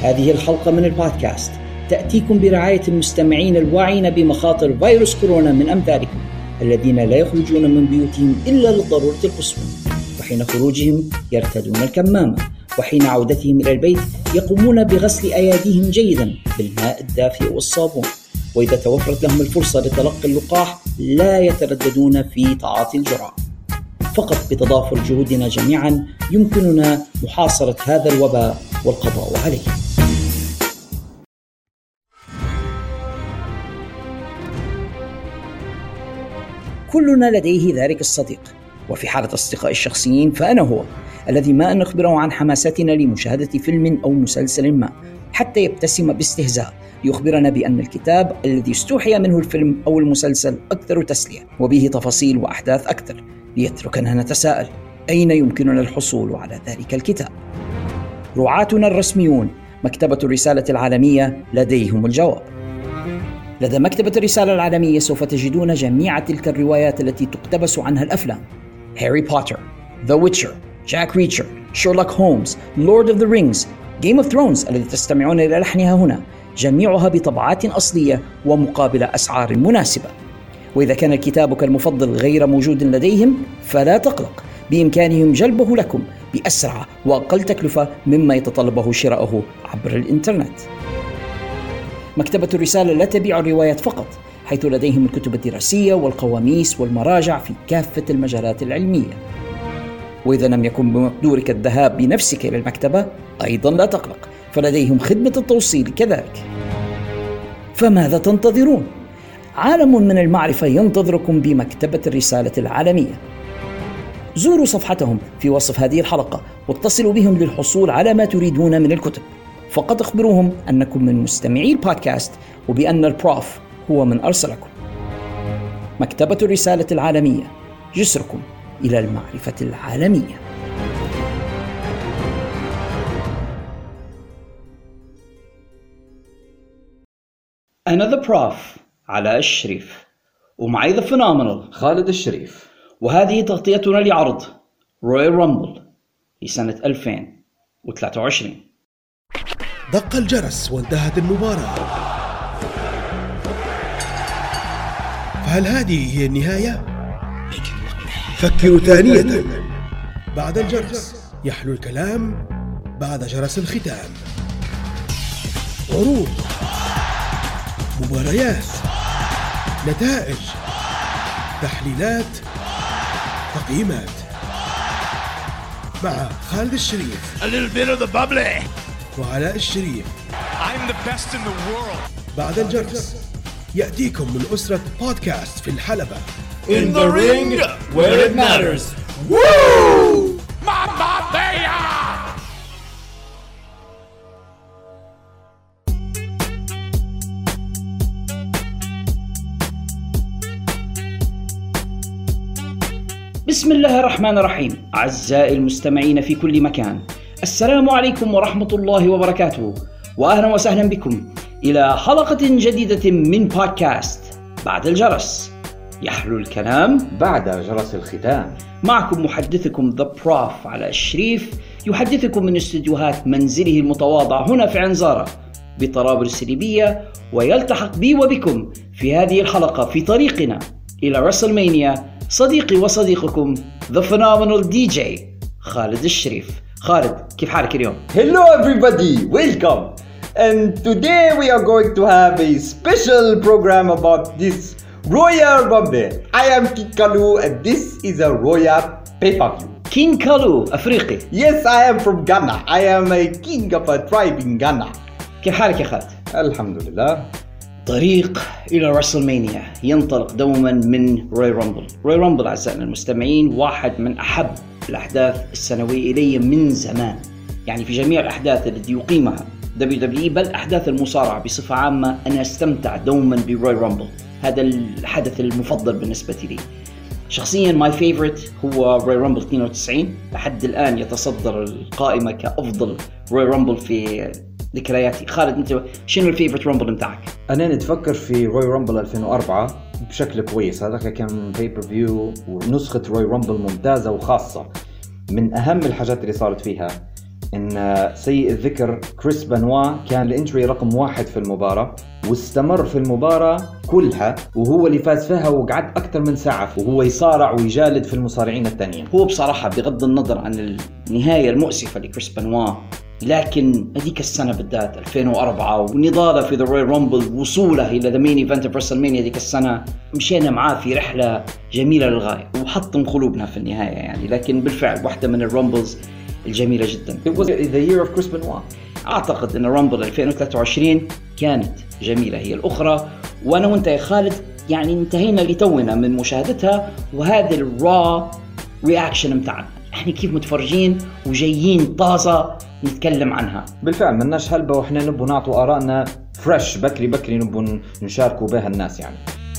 هذه الحلقة من البودكاست تأتيكم برعاية المستمعين الواعين بمخاطر فيروس كورونا من أمثالكم الذين لا يخرجون من بيوتهم إلا للضرورة القصوى، وحين خروجهم يرتدون الكمامة، وحين عودتهم إلى البيت يقومون بغسل أيديهم جيدا بالماء الدافئ والصابون، وإذا توفرت لهم الفرصة لتلقي اللقاح لا يترددون في تعاطي الجرعة. فقط بتضافر جهودنا جميعا يمكننا محاصرة هذا الوباء والقضاء عليه. كلنا لديه ذلك الصديق، وفي حالة أصدقائي الشخصيين فأنا هو الذي ما أن نخبره عن حماستنا لمشاهدة فيلم أو مسلسل ما حتى يبتسم باستهزاء ليخبرنا بأن الكتاب الذي استوحي منه الفيلم أو المسلسل أكثر تسلية وبه تفاصيل وأحداث أكثر، ليتركنا نتساءل أين يمكننا الحصول على ذلك الكتاب. رعاتنا الرسميون مكتبة الرسالة العالمية لديهم الجواب. لدى مكتبة الرسالة العالمية سوف تجدون جميع تلك الروايات التي تقتبس عنها الأفلام: هاري بوتر، ذا ويتشر، جاك ريتشر، شيرلوك هولمز، لورد اوف ذا رينجز، جيم اوف ثرونز الذي تستمعون إلى لحنها هنا، جميعها بطبعات أصلية ومقابل أسعار مناسبة. وإذا كان كتابك المفضل غير موجود لديهم فلا تقلق، بإمكانهم جلبه لكم بأسرع وأقل تكلفة مما يتطلبه شراؤه عبر الإنترنت. مكتبة الرسالة لا تبيع الروايات فقط، حيث لديهم الكتب الدراسية والقواميس والمراجع في كافة المجالات العلمية. وإذا لم يكن بمقدورك الذهاب بنفسك إلى المكتبة أيضا لا تقلق، فلديهم خدمة التوصيل كذلك. فماذا تنتظرون؟ عالم من المعرفة ينتظركم بمكتبة الرسالة العالمية. زوروا صفحتهم في وصف هذه الحلقة واتصلوا بهم للحصول على ما تريدون من الكتب. فقط اخبروهم أنكم من مستمعي البودكاست وبأن البروف هو من أرسلكم. مكتبة الرسالة العالمية، جسركم إلى المعرفة العالمية. أنا The Prof علاء الشريف، ومعي The Phenomenal خالد الشريف، وهذه تغطيتنا لعرض رويال رامبل لسنة 2023. دق الجرس وانتهت المباراة، فهل هذه هي النهاية؟ فكروا ثانية. بعد الجرس يحلو الكلام بعد جرس الختام. عروض، مباريات، نتائج، تحليلات، تقييمات، مع خالد الشريف A little bit of the bubbly. وعلاء الشريف. I'm the best in the world. بعد الجرس يأتيكم من أسرة بودكاست في الحلبة. In the ring where it matters. Woo! Mamma mia! بسم الله الرحمن الرحيم. أعزائي المستمعين في كل مكان، السلام عليكم ورحمة الله وبركاته، وأهلا وسهلا بكم إلى حلقة جديدة من بودكاست بعد الجرس. يحلو الكلام بعد جرس الختام. معكم محدثكم The Prof علاء الشريف، يحدثكم من استديوهات منزله المتواضع هنا في عنزارة بطرابلس الليبية، ويلتحق بي وبكم في هذه الحلقة في طريقنا إلى رسلمانيا صديقي وصديقكم The Phenomenal DJ خالد الشريف. خالد، كيف حالك اليوم؟ Hello everybody, welcome. And today we are going to have a special program about this Royal Rumble. I am King Kalu and this is a Royal pay-per-view. King Kalu أفريقي. Yes, I am from Ghana. I am a king of a tribe in Ghana. كيف حالك يا خالد؟ الحمد لله. طريق إلى رسلمانيا ينطلق دوما من رويال رامبل. رويال رامبل أعزائنا المستمعين واحد من أحب الأحداث السنوية إلي من زمان، يعني في جميع الأحداث التي يقيمها WWE بل أحداث المصارعة بصفة عامة أنا استمتع دوما برويال رامبل. هذا الحدث المفضل بالنسبة لي شخصيا. ماي فيفورت هو رويال رامبل 92، لحد الآن يتصدر القائمة كأفضل رويال رامبل في ذكرياتي. خالد، انت شنو الفيفورت رامبل بتاعك؟ انا نتفكر في روي رامبل 2004 بشكل كويس. هذا كان بيبر فيو ونسخة روي رامبل ممتازة وخاصة. من اهم الحاجات اللي صارت فيها إن سيء الذكر كريس بنوا كان الانتري رقم 1 في المباراة، واستمر في المباراة كلها وهو اللي فاز فيها، وقعد أكثر من ساعة وهو يصارع ويجالد في المصارعين التانيين. هو بصراحة بغض النظر عن النهاية المؤسفة لكريس بنوا، لكن هذيك السنة بالذات 2004 ونضاله في ذا رويال رامبل، وصوله إلى ذا مين إيفنت في رسلمانيا هذيك السنة، مشينا معاه في رحلة جميلة للغاية وحطم قلوبنا في النهاية يعني. لكن بالفعل واحدة من الرامبلز الجميلة جدا. It was the year of Chris Benoit. أعتقد أن رامبل 2023 كانت جميلة هي الأخرى، وأنا وأنت يا خالد يعني انتهينا لتونا من مشاهدتها، وهذا الرا رياكشن متاعنا احنا كيف متفرجين وجايين طازة نتكلم عنها. بالفعل مناش هلبة وإحنا نبو نعطوا آرائنا فريش بكري نبو نشاركوا بها الناس يعني.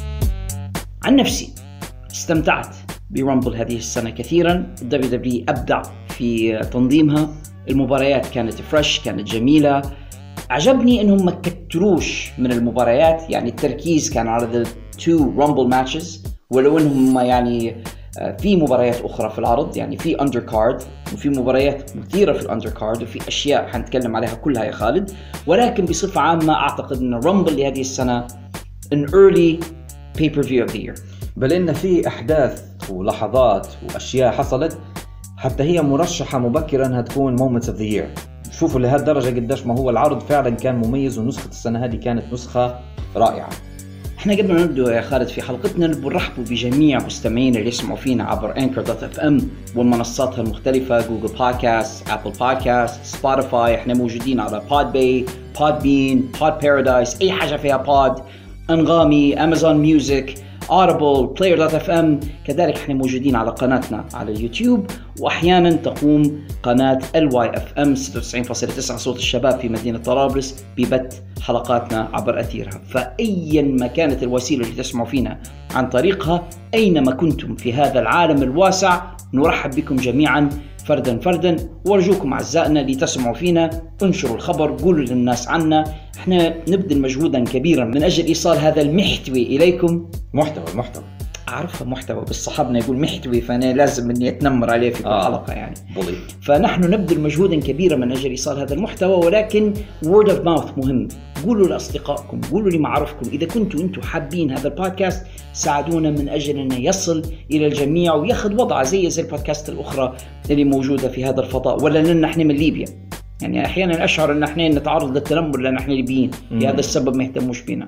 عن نفسي استمتعت برامبل هذه السنة كثيرا. WWE أبدع في تنظيمها، المباريات كانت فريش، كانت جميلة. عجبني انهم ما كتروش من المباريات، يعني التركيز كان على the 2 رامبل ماتشز، ولو انهم يعني في مباريات اخرى في العرض، يعني في اندر كارد وفي مباريات كثيرة في الاندر كارد وفي اشياء حنتكلم عليها كلها يا خالد. ولكن بصفة عامة اعتقد ان الرامبل لهذه السنة an early pay-per-view of the year. بل إن في أحداث ولحظات وأشياء حصلت حتى هي مرشحة مبكرا أنها تكون moments of the year. شوفوا لهالدرجة قداش ما هو العرض فعلا كان مميز، ونسخة السنة هذه كانت نسخة رائعة. احنا قبل ما نبدأ يا خالد في حلقتنا نرحب بجميع مستمعين اللي يسمعوا فينا عبر Anchor.fm والمنصات المختلفة، جوجل بودكاست، أبل بودكاست، سبوتيفاي. احنا موجودين على Podbay، Podbean، Pod Paradise، أي حاجة فيها بود، أنغامي، أمازون ميوزك، Audible، Player.fm. كذلك احنا موجودين على قناتنا على اليوتيوب، واحيانا تقوم قناة LYFM 96.9 صوت الشباب في مدينة طرابلس ببث حلقاتنا عبر أثيرها. فأيا ما كانت الوسيلة اللي تسمعوا فينا عن طريقها، أينما كنتم في هذا العالم الواسع، نرحب بكم جميعا فردا وارجوكم أعزائنا لتسمعوا فينا، انشروا الخبر، قولوا للناس عنا. احنا نبذل مجهودا كبيرا من أجل إيصال هذا المحتوى إليكم. محتوى أعرفها محتوى، بس صاحبنا يقول محتوى فأنا لازم أني أتنمر عليه في كل حلقة يعني. بولي. فنحن نبذل مجهودا كبيرا من أجل إيصال هذا المحتوى، ولكن word of mouth مهم. قولوا لأصدقائكم، قولوا لمعارفكم، إذا كنتوا أنتوا حابين هذا البودكاست ساعدونا من أجل أنه يصل إلى الجميع ويأخذ وضعه زي البودكاست الأخرى اللي موجودة في هذا الفضاء. ولا لأن نحن من ليبيا، يعني أحيانا أشعر أن احنا نتعرض للتنمر لأن احنا ليبيين، لهذا السبب ما يهتموش بينا.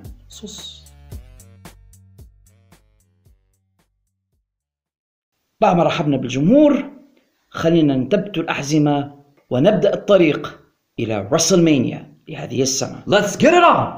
بعد ما رحبنا بالجمهور، خلينا نثبت الأحزمة ونبدأ الطريق إلى رسلمانيا لهذه السنة. Let's get it on!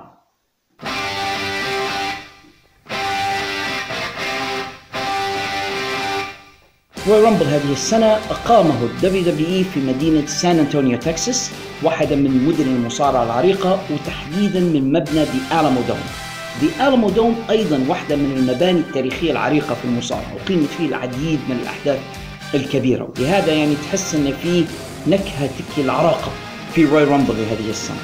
رويال رامبل هذه السنة أقامه WWE في مدينة سان أنطونيو تكساس، واحدة من مدن المصارعة العريقة، وتحديدا من مبنى The Alamo Dome. The Alamo Dome أيضا واحدة من المباني التاريخية العريقة في المصارعة، وقيمت فيه العديد من الأحداث الكبيرة، ولهذا يعني تحس أن في نكهة تكي العراقة في رويال رامبل لهذه السنة.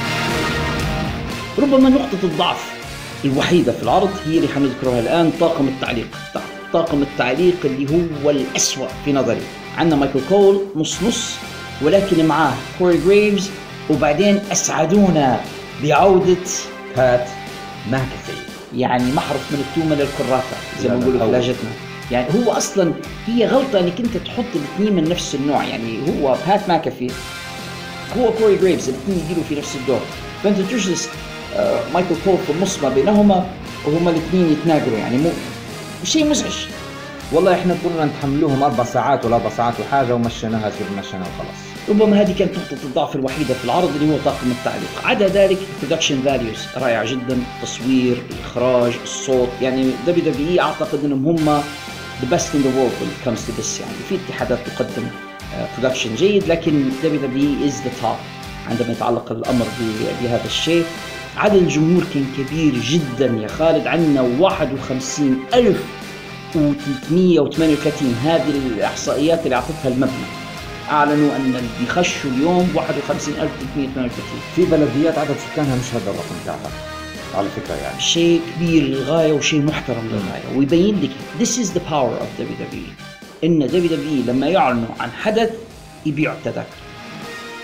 ربما نقطة الضعف الوحيدة في العرض هي اللي حنذكرها الآن، طاقم التعليق. طاقم التعليق اللي هو الأسوأ في نظري. عندنا مايكل كول نص، ولكن معاه كوري جريفز، وبعدين أسعدونا بعودة بات ماكافي، يعني محرف من التومة للكرافة زي ما نقولوا في لهجتنا. يعني هو أصلا هي غلطة أنك أنت تحط الاثنين من نفس النوع، يعني هو بات ماكافي هو كوري جريفز، الاثنين يجيلوا في نفس الدور، فأنت تجلس مايكل كول في النص ما بينهما وهما الاثنين يتناقروا، يعني مو شيء مزعج. والله احنا كنا نتحملوهم 4 ساعات ولا 4 ساعات وحاجة ومشيناها وخلاص. ربما هذه كانت نقطة الضعف الوحيدة في العرض اللي هو طاقم التعليق. عدا ذلك production values رائعة جدا، التصوير، الإخراج، الصوت، يعني WWE أعتقد أنهم هم the best in the world when it comes to this. يعني في اتحادات تقدم production جيد، لكن WWE is the top عندما يتعلق الأمر بهذا الشيء. عدد الجمهور كان كبير جدا يا خالد، عندنا 51,338. هذه الإحصائيات اللي أعطتها المبنى. أعلنوا أن اللي بيخشوا اليوم 51,338. في بلديات عدد سكانها مش هذا الرقم تاعها على فكرة، يعني شيء كبير للغاية وشيء محترم للغاية، ويبين لك this is the power of WWE. إن WWE لما يعلنوا عن حدث يبيعوا التذاكر.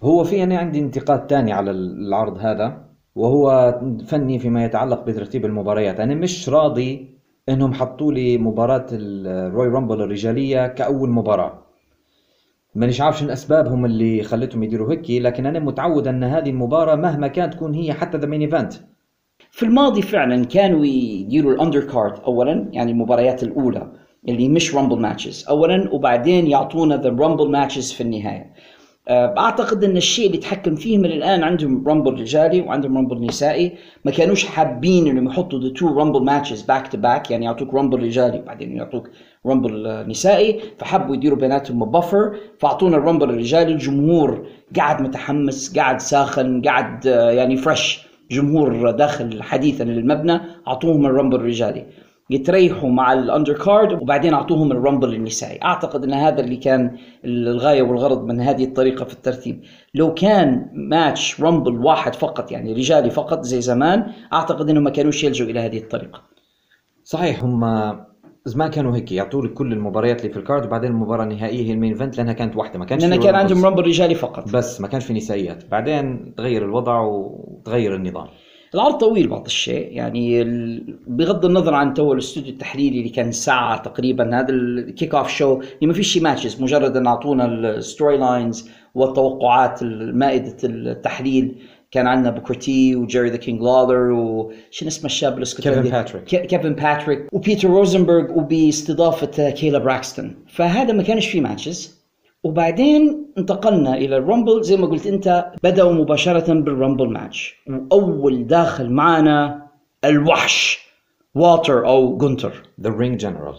هو في أنا عندي انتقاد تاني على العرض هذا، وهو فني فيما يتعلق بترتيب المباريات. أنا مش راضي إنهم حطوا لي مباراة الروي رامبل الرجالية كأول مباراة. مانيش عارف شو الأسباب هم اللي خلتهم يديروا هيك، لكن أنا متعود أن هذه المباراة مهما كانت تكون هي حتى ذا مين إيفنت. في الماضي فعلا كانوا يديروا الأندر كارد أولا، يعني المباريات الأولى اللي مش رامبل ماتشز أولا، وبعدين يعطونا ذا رامبل ماتشز في النهاية. أعتقد أن الشيء اللي تحكم فيه من الآن عندهم رامبل رجالي وعندهم رامبل نسائي، ما كانوش حابين إنهم يحطوا the two رامبل ماتشز back to back، يعني يعطوك رامبل رجالي وبعدين يعطوك رامبل نسائي، فحبوا يديروا بيناتهم بفر، فأعطونا الرامبل الرجالي. الجمهور قاعد متحمس، قاعد ساخن، قاعد يعني فريش، جمهور داخل حديثا للمبنى، أعطوهم الرامبل الرجالي يتريحوا مع الاندر كارد وبعدين اعطوهم الرامبل النسائي. اعتقد ان هذا اللي كان الغايه والغرض من هذه الطريقه في الترتيب. لو كان ماتش رامبل واحد فقط، يعني رجالي فقط زي زمان، اعتقد انهم ما كانوش يلجوا الى هذه الطريقه. صحيح، هم زمان كانوا هيك يعطوا لك كل المباريات اللي في الكارد وبعدين المباراه النهائيه هي المين ايفنت، لانها كانت واحده، ما كانش لأن كان عندهم رامبل رجالي فقط بس، ما كانش في نسائيات. بعدين تغير الوضع وتغير النظام. العرض طويل بعض الشيء، يعني بغض النظر عن تو الاستوديو التحليلي اللي كان ساعة تقريبا، هذا الكيك اوف شو اللي ما فيش ماتشز، مجرد ان اعطونا الستوري لاينز والتوقعات المائدة التحليل. كان عندنا بوكرتي وجيري ذا كينج لوذر وشو اسمه الشاب الاسكتلندي كيفن باتريك وبيتر روزنبرغ، وباستضافة كيلا براكستون، فهذا ما كانش فيه ماتشز. وبعدين انتقلنا إلى الرامبل زي ما قلت أنت، بدأوا مباشرة بالرامبل ماتش، وأول داخل معنا الوحش والتر أو جونتر The Ring General.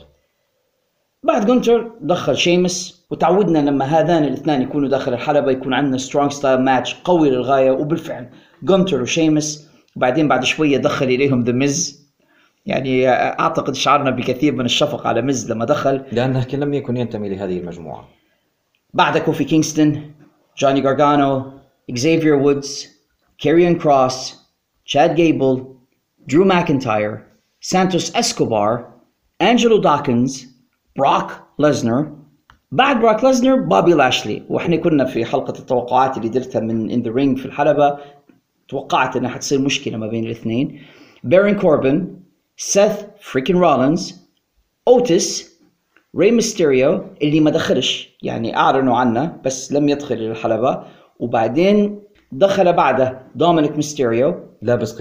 بعد جونتر دخل شيمس، وتعودنا لما هذان الاثنين يكونوا داخل الحلبة يكون عندنا سترونج ستايل ماتش قوي للغاية، وبالفعل جونتر وشيمس. وبعدين بعد شوية دخل إليهم ذا ميز، يعني أعتقد شعرنا بكثير من الشفقة على ميز لما دخل، لأنه لم يكن ينتمي لهذه المجموعة. بعد كوفي كينغستون، جوني غارغانو، إكزافير وودز، كاريون كروس، تشاد جيبل، درو ماكنتاير، سانتوس اسكوبار، أنجلو داكنز، بروك ليزنر. بعد بروك ليزنر بوبي لاشلي. وإحنا كنا في حلقة التوقعات اللي درتها من إن ذا رينج في الحلبة، توقعت إنها حتصير مشكلة ما بين الاثنين. بارون كوربن، سيث فريكن رولينز، أوتس، ري ميستيريو اللي ما دخلش، يعني أعلنوا عنه بس لم يدخل إلى الحلبة. وبعدين دخل بعده دومينيك ميستيريو لابس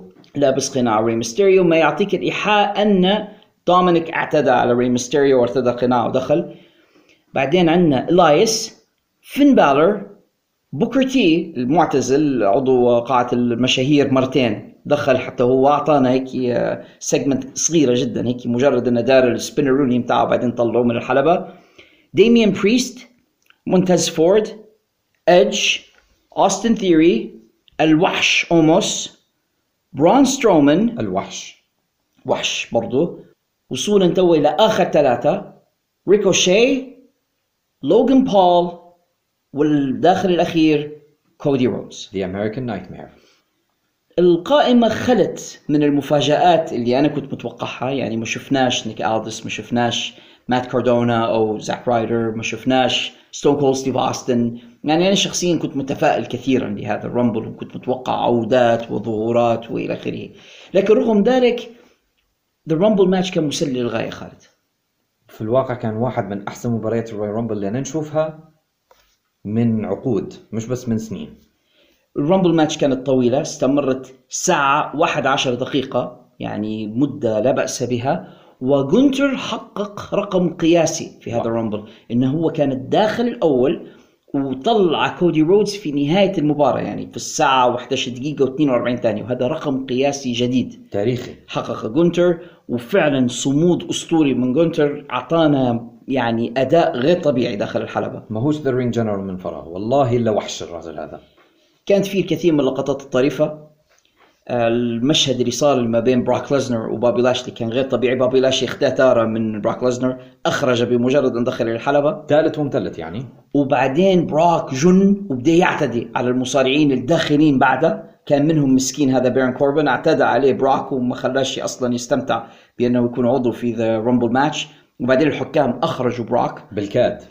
قناع ري ميستيريو، ما يعطيك الإيحاء أن دومينيك اعتدى على ري ميستيريو وارتدى قناع ودخل. بعدين عندنا إلايس، فين بالر، بوكر تي المعتزل عضو قاعة المشاهير مرتين دخل، حتى هو أعطانا هيك سيجمنت صغيرة جدا هيك، مجرد أنه دار السبينر رولي متاعه بعدين طلعوه من الحلبة. ديميان بريست، مونتاز فورد، إدج، أوستن ثيري، الوحش أوموس، برون سترومان وحش برضو. وصولا تو إلى آخر ثلاثة، ريكوشي، لوغان بول، والداخل الأخير كودي رودز. The American Nightmare. القائمة خلت من المفاجآت اللي أنا كنت متوقعها، يعني ما شفناش نيك ألدس، ما شفناش مات كاردونا أو زاك رايدر، ما شفناش ستون كولد ستيف أوستن. يعني أنا شخصيا كنت متفائل كثيرا لهذا الرامبل، وكنت متوقع عودات وظهورات وإلى آخره. لكن رغم ذلك The Rumble ماتش كان مسلي للغاية خالد. في الواقع كان واحد من أحسن مباريات الرويال رامبل اللي أنا نشوفها من عقود، مش بس من سنين. الرامبل ماتش كانت طويلة، استمرت ساعة 11 دقيقة، يعني مدة لا بأس بها. وجونتر حقق رقم قياسي في هذا الرامبل، إنه هو كان الداخل الأول وطلع كودي رودز في نهاية المباراة، يعني في الساعة 11 دقيقة و42 ثانية، وهذا رقم قياسي جديد تاريخي حقق جونتر. وفعلا صمود أسطوري من جونتر، أعطانا يعني أداء غير طبيعي داخل الحلبة. ما هوش ذا رينج جنرال من فراغ، والله إلا وحش الرجل هذا. كانت فيه الكثير من اللقطات الطريفة. المشهد اللي صار ما بين بروك ليزنر وبوبي لاشلي كان غير طبيعي. بوبي لاشلي اخذ تارة من بروك ليزنر، أخرج بمجرد أن دخل الحلبة، ثالث ومثلث يعني. وبعدين بروك جن وبدأ يعتدي على المصارعين الداخلين بعده، كان منهم مسكين هذا بارون كوربن، اعتدى عليه بروك وما خلاش أصلا يستمتع بأنه يكون عضو في ذا رامبل ماتش. وبعدين الحكام أخرجوا بروك بالكاد.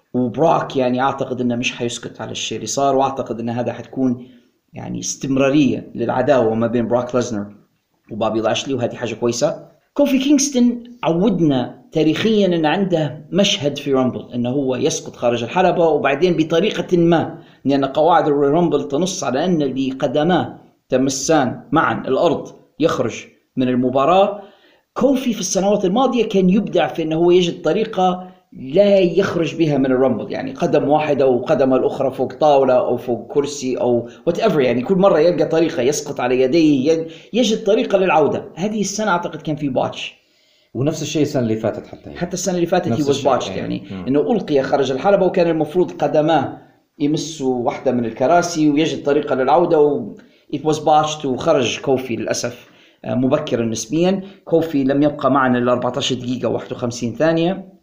وبراك يعني أعتقد أنه مش حيسكت على الشيء اللي صار، وأعتقد أن هذا حتكون يعني استمرارية للعداوة ما بين براك ليزنر وبابي لاشلي، وهذه حاجة كويسة. كوفي كينغستون عودنا تاريخيا أن عنده مشهد في رامبل أنه هو يسقط خارج الحلبة، وبعدين بطريقة ما، لأن قواعد الرامبل تنص على أن اللي قدماه تمسان معا الأرض يخرج من المباراة. كوفي في السنوات الماضية كان يبدع في أنه هو يجد طريقة لا يخرج بها من الرامبل، يعني قدم واحدة وقدم الأخرى فوق طاولة أو فوق كرسي أو whatever، يعني كل مرة يلقى طريقة يسقط على يديه، يجد طريقة للعودة. هذه السنة أعتقد كان في باتش، ونفس الشيء السنة اللي فاتت حتى السنة اللي فاتت هي was باتش، يعني إنه ألقي خارج الحلبة وكان المفروض قدماه يمسوا واحدة من الكراسي ويجد طريقة للعودة it was botched وخرج كوفي للأسف مبكرا نسبيا. كوفي لم يبقى معنا ل 14 دقيقة و51 ثانية.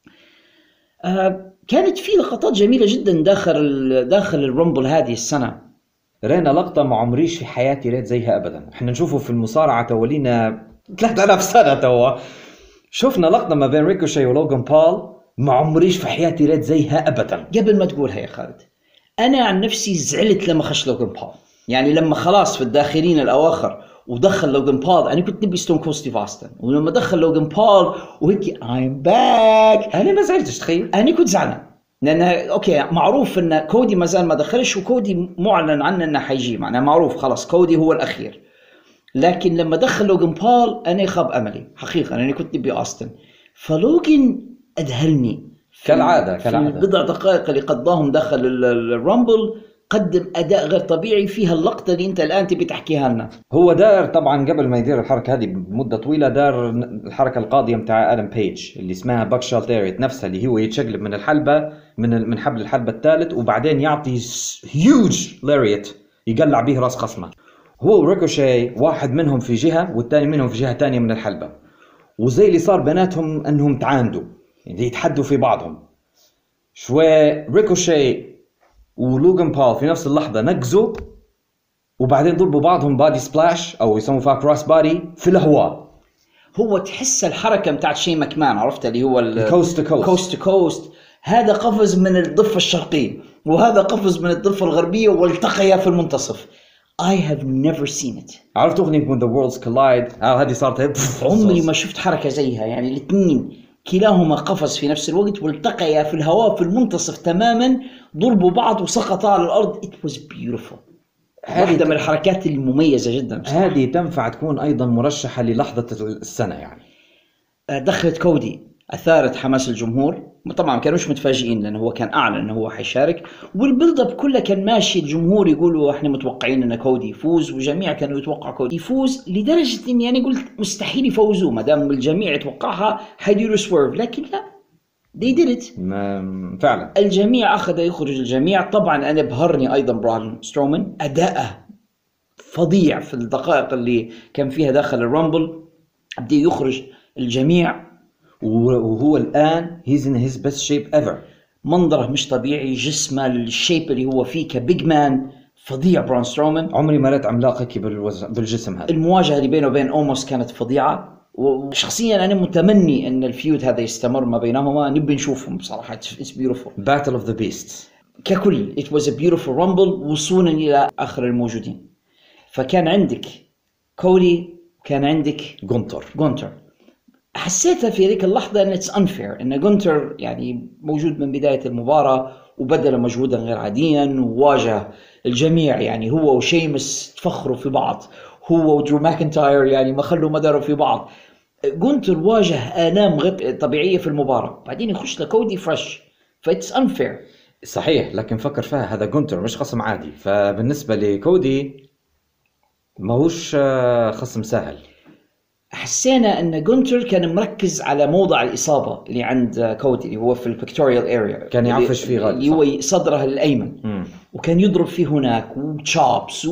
كانت في لقطات جميلة جدا داخل الرامبل هذه السنة. رأينا لقطة ما عمريش في حياتي رأيت زيها أبدا. احنا نشوفه في المصارعة تولينا 3000 سنة توا، شفنا لقطة ما بين ريكوشي ولوغان بول ما عمريش في حياتي رأيت زيها أبدا. قبل ما تقولها يا خالد، أنا عن نفسي زعلت لما خش لوغان بول، يعني لما خلاص في الداخلين الأواخر ودخل لوغان بول، أنا كنت نبي ستون كولد ستيف أوستن، ولما دخل لوغان بول وهيك I'm back، أنا ما زعلتش. تخيل أنا كنت زعلان لأن أوكي معروف إن كودي ما زال ما دخلش، وكودي معلن عنه إنه حيجي، معناه معروف خلاص كودي هو الأخير. لكن لما دخل لوغان بول أنا خاب أملي حقيقة، أنا كنت نبي أوستن، فلوغان أذهلني كالعادة. في البضع دقائق اللي قضاهم داخل الرامبل، قدم أداء غير طبيعي فيها اللقطة اللي أنت الآن تبي تحكيها لنا. هو دار طبعا قبل ما يدير الحركة هذه بمدة طويلة، دار الحركة القاضية متاع آدم بيج اللي اسمها باكشالت لاريت نفسها، اللي هو يتشقلب من الحلبة من حبل الحلبة الثالث، وبعدين يعطي هيوج لاريت يقلع به راس خصمه. هو وريكوشي واحد منهم في جهة والثاني منهم في جهة تانية من الحلبة، وزي اللي صار بيناتهم أنهم تعاندوا، يعني يتحدوا في بعضهم شوي. ريكوشي ولوغان بول في نفس اللحظة نقزوا، وبعدين ضربوا بعضهم بادي سبلاش أو يسموه فيها كروس بادي في الهواء. هو تحس الحركة متاعت شي مكمان، عرفت اللي هو الكوست تو كوست، هذا قفز من الضفة الشرقية وهذا قفز من الضفة الغربية والتقيا في المنتصف. I have never seen it. عرفت أغنية When the Worlds Collide؟ هذه صارت عمري ما شفت حركة زيها، يعني الاثنين كلاهما قفز في نفس الوقت والتقيا في الهواء في المنتصف تماما، ضربوا بعض وسقطا على الأرض. It was beautiful. واحدة من الحركات المميزة جدا بصراحة. هذه تنفع تكون أيضا مرشحة للحظة السنة يعني. دخلت كودي أثارت حماس الجمهور، طبعا ما كانوش متفاجئين لأنه هو كان أعلن أنه هو حيشارك، والبيلد اب كله كان ماشي، الجمهور يقولوا إحنا متوقعين أن كودي يفوز، وجميع كانوا يتوقعوا كودي يفوز، لدرجة إني يعني قلت مستحيل يفوزوا ما دام الجميع يتوقعها حيديروا سويرف، لكن لا they did it. فعلا الجميع أخذ يخرج الجميع. طبعا أنا بهرني أيضا برون سترومان، أداءه فظيع في الدقائق اللي كان فيها داخل الرامبل، بدي يخرج الجميع، وهو الآن he's in his best shape ever. منظره مش طبيعي، جسمه الشيب اللي هو فيه كبيج مان فظيع. برون سترومان عمري ما رأيت عملاق هيك بالجسم هذا. المواجهة اللي بينه وبين أوموس كانت فظيعة، وشخصيا أنا متمني أن الفيود هذا يستمر ما بينهما، نبي نشوفهم بصراحة. It's beautiful. Battle of the Beasts ككل it was a beautiful rumble وصولا إلى آخر الموجودين. فكان عندك كودي، كان عندك جونتر. حسيتها في ذيك اللحظة أن it's unfair أن جونتر يعني موجود من بداية المباراة وبذل مجهودا غير عاديا وواجه الجميع، يعني هو وشيمس تفخروا في بعض، هو ودرو ماكنتاير يعني ما خلوا مداروا في بعض. جونتر واجه آلام غير طبيعية في المباراة، بعدين يخش لكودي فريش، فإتس unfair. صحيح، لكن فكر فيها هذا جونتر مش خصم عادي، فبالنسبة لكودي ما هوش خصم سهل. حسينا أن جونتر كان مركز على موضع الإصابة اللي عند كودي اللي هو في البكتوريال اريا، كان يعفش فيه غالب اللي هو صدره الأيمن وكان يضرب فيه هناك وتشابس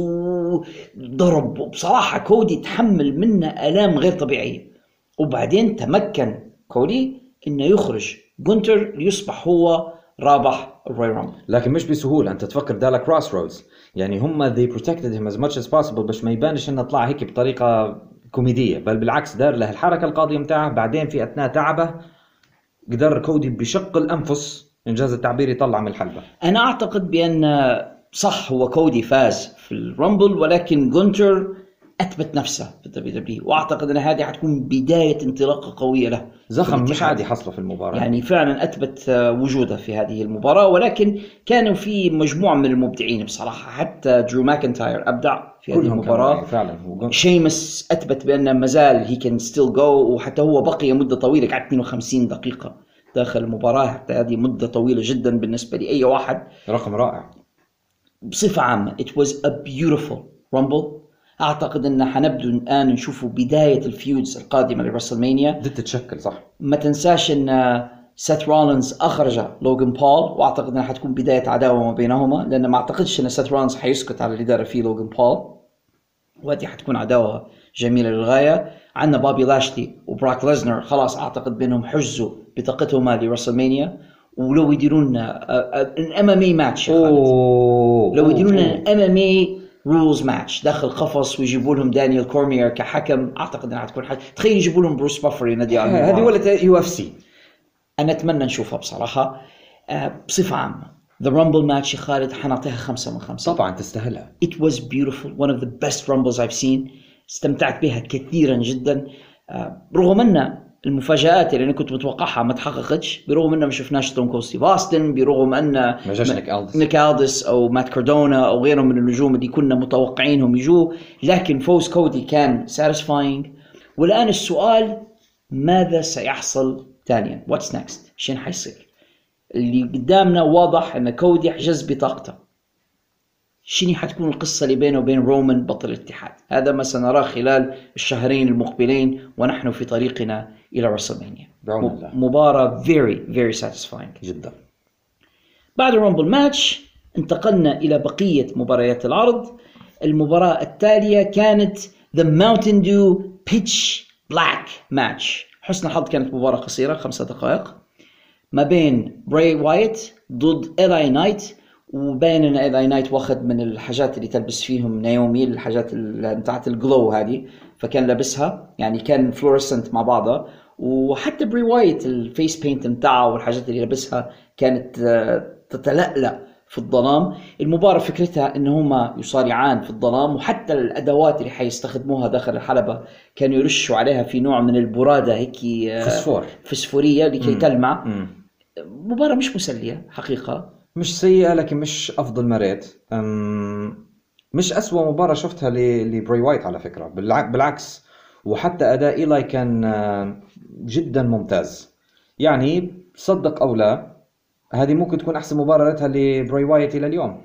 وضرب، وبصراحة كودي تحمل منه آلام غير طبيعية. وبعدين تمكن كودي إنه يخرج جونتر ليصبح هو رابح الروي رامبل، لكن مش بسهولة. أنت تفكر ده كروس رودز، يعني هم they protected him as much as possible باش ما يبانش إنه طلع هيك بطريقة كوميدية، بل بالعكس دار له الحركة القاضية متاعه. بعدين في أثناء تعبه قدر كودي بشق الأنفس إنجاز التعبير يطلع من الحلبة. أنا أعتقد بأن صح هو كودي فاز في الرامبل، ولكن جونتر أثبت نفسه في WWE، وأعتقد أن هذه حتكون بداية انطلاقة قوية له. زخم مش عادي حصله في المباراة، يعني فعلا أثبت وجوده في هذه المباراة. ولكن كانوا في مجموعة من المبدعين بصراحة، حتى درو ماكنتاير أبدع في هذه المباراة فعلا. شيمس أثبت بأنه مازال he can still go، وحتى هو بقي مدة طويلة، قعد 52 دقيقة داخل المباراة، حتى هذه مدة طويلة جدا بالنسبة لأي واحد، رقم رائع بصفة عامة. It was a beautiful rumble. أعتقد أن حنبدو الآن نشوف بداية الفيودز القادمة لرسلمانيا. بدت تتشكل صح. ما تنساش أن سيث رولينز أخرج لوغان بول، وأعتقد أنها حتكون بداية عداوة ما بينهما، لأن ما أعتقدش أن سيث رولينز حيسكت على اللي دار فيه لوغان بول، وهذه حتكون عداوة جميلة للغاية. عندنا بابي لاشلي وبراك ليزنر، خلاص أعتقد بأنهم حجزوا بطاقتهما لرسلمانيا. ولو يديرون MMA ماتش، لو يديرون MMA رولز ماتش داخل قفص ويجيبوا لهم دانيال كورمير كحكم، أعتقد أنها حتكون حاجة. تخيل يجيبوا لهم بروس بافر ينادي على هذه ولا UFC. أنا أتمنى نشوفها بصراحة. بصفة عامة The Rumble match يا خالد حنعطيها 5 من 5. طبعا تستاهلها. It was beautiful, one of the best Rumbles I've seen. استمتعت بها كثيرا جدا، رغم أن المفاجآت اللي أنا كنت متوقعها ما تحققتش، برغم أن ما شفناش ستون كولد ستيف أوستن، برغم أن ما جاش نيك ألدس أو مات كاردونا أو غيرهم من النجوم اللي كنا متوقعينهم يجوا، لكن فوز كودي كان satisfying. والآن السؤال ماذا سيحصل ثانيا؟ What's next؟ شين حيصير؟ اللي قدامنا واضح أن كودي حجز بطاقته. شنو حتكون القصة اللي بينه وبين رومان بطل الاتحاد؟ هذا ما سنراه خلال الشهرين المقبلين ونحن في طريقنا إلى رسلمانيا. مباراة very satisfying جدا. بعد الرامبل ماتش انتقلنا إلى بقية مباريات العرض. المباراة التالية كانت The Mountain Dew Pitch Black Match. حسن الحظ كانت مباراة قصيرة 5 دقائق ما بين براي وايت ضد إلاي نايت، وبين ان إلاي نايت واخد من الحاجات اللي تلبس فيهم نايومي، الحاجات بتاعت الجلو هذه، فكان لابسها يعني كان فلورسنت مع بعضها. وحتى براي وايت الفيس بينت بتاعه والحاجات اللي لابسها كانت تتلألأ في الظلام. المباراة فكرتها ان هما يصارعان في الظلام، وحتى الادوات اللي حيستخدموها داخل الحلبة كانوا يرشوا عليها في نوع من البرادة هيك فسفورية لكي تلمع. مباراة مش مسلية حقيقة، مش سيئة لكن مش أفضل مرات. مش أسوأ مباراة شفتها لبراي وايت على فكرة، بالعكس. وحتى أداء إيلاي كان جدا ممتاز. يعني صدق أو لا، هذه ممكن تكون أحسن مباراة لها لبراي وايت إلى اليوم.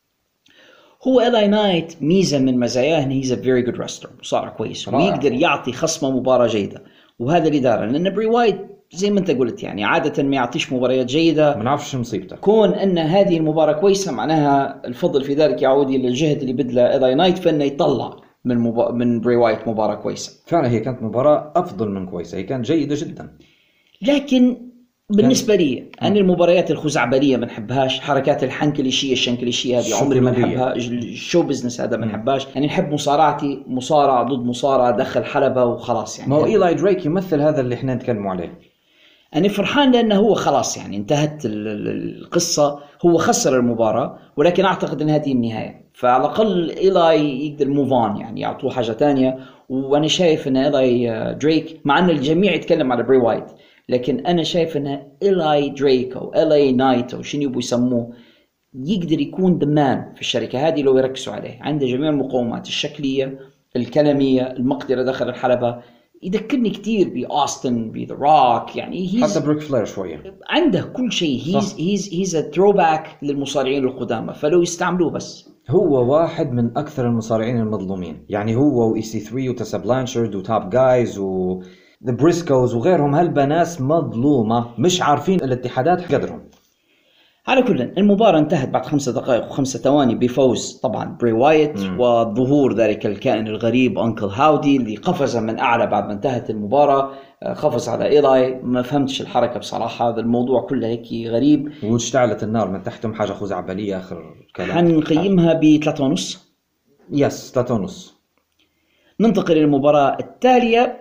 هو إلاي نايت ميزة من مزاياه إنه he's a very good wrestler، مصارع كويس ويقدر يعطي خصمه مباراة جيدة، وهذا اللي داره. لأن براي وايت زي ما انت قلت يعني عادة ما يعطيش مباريات جيدة، ما نعرفش مصيبته. كون ان هذه المباراة كويسة معناها الفضل في ذلك يعود الى الجهد اللي بدله إلاي نايت فانه يطلع من براي وايت مباراة كويسة. فعلا هي كانت مباراة افضل من كويسة، هي كانت جيدة جدا. لكن بالنسبة لي أنا المباريات الخزعبلية ما نحبهاش، حركات الحنكليشية الشنكليشية هذه عمري ما نحبها، الشو بزنس هذا ما نحبهاش. يعني نحب مصارعتي مصارع ضد مصارع دخل حلبة وخلاص. يعني ما هو إيلاي دريك يمثل هذا اللي احنا نتكلموا عليه. أنا فرحان لأنه هو خلاص يعني انتهت القصة، هو خسر المباراة ولكن أعتقد أن هذه النهاية، فعلى الأقل إيلاي يقدر موفان يعني يعطوه حاجة تانية. وأنا شايف أن إيلاي دريك مع أن الجميع يتكلم على براي وايت، لكن أنا شايف أن إيلاي دريك أو إلاي نايت أو شنو يبغوا يسموه يقدر يكون دمان في الشركة هذه لو يركزوا عليه. عنده جميع المقومات الشكلية الكلامية المقدرة داخل الحلبة، يذكرني كتير بأوستن بذا روك يعني حتى بروك فلير شوية، عنده كل شيء. he's a throwback للمصارعين القدامى، فلو يستعملوه بس. هو واحد من أكثر المصارعين المظلومين، يعني هو وEC3 وتسا بلانشارد وتوب جايز و The Briscoes وغيرهم هالبناس مظلومة مش عارفين الاتحادات قدرهم. على كل المباراة انتهت بعد 5 دقائق و5 ثواني بفوز طبعا براي وايت وظهور ذلك الكائن الغريب أنكل هاودي اللي قفز من أعلى بعد ما انتهت المباراة، قفز على إيلاي. ما فهمتش الحركة بصراحة، هذا الموضوع كله هيك غريب. واشتعلت النار من تحتهم، حاجة خزعبلية آخر كلام. حنقيمها ب3.5. يس 3.5. ننتقل للمباراة التالية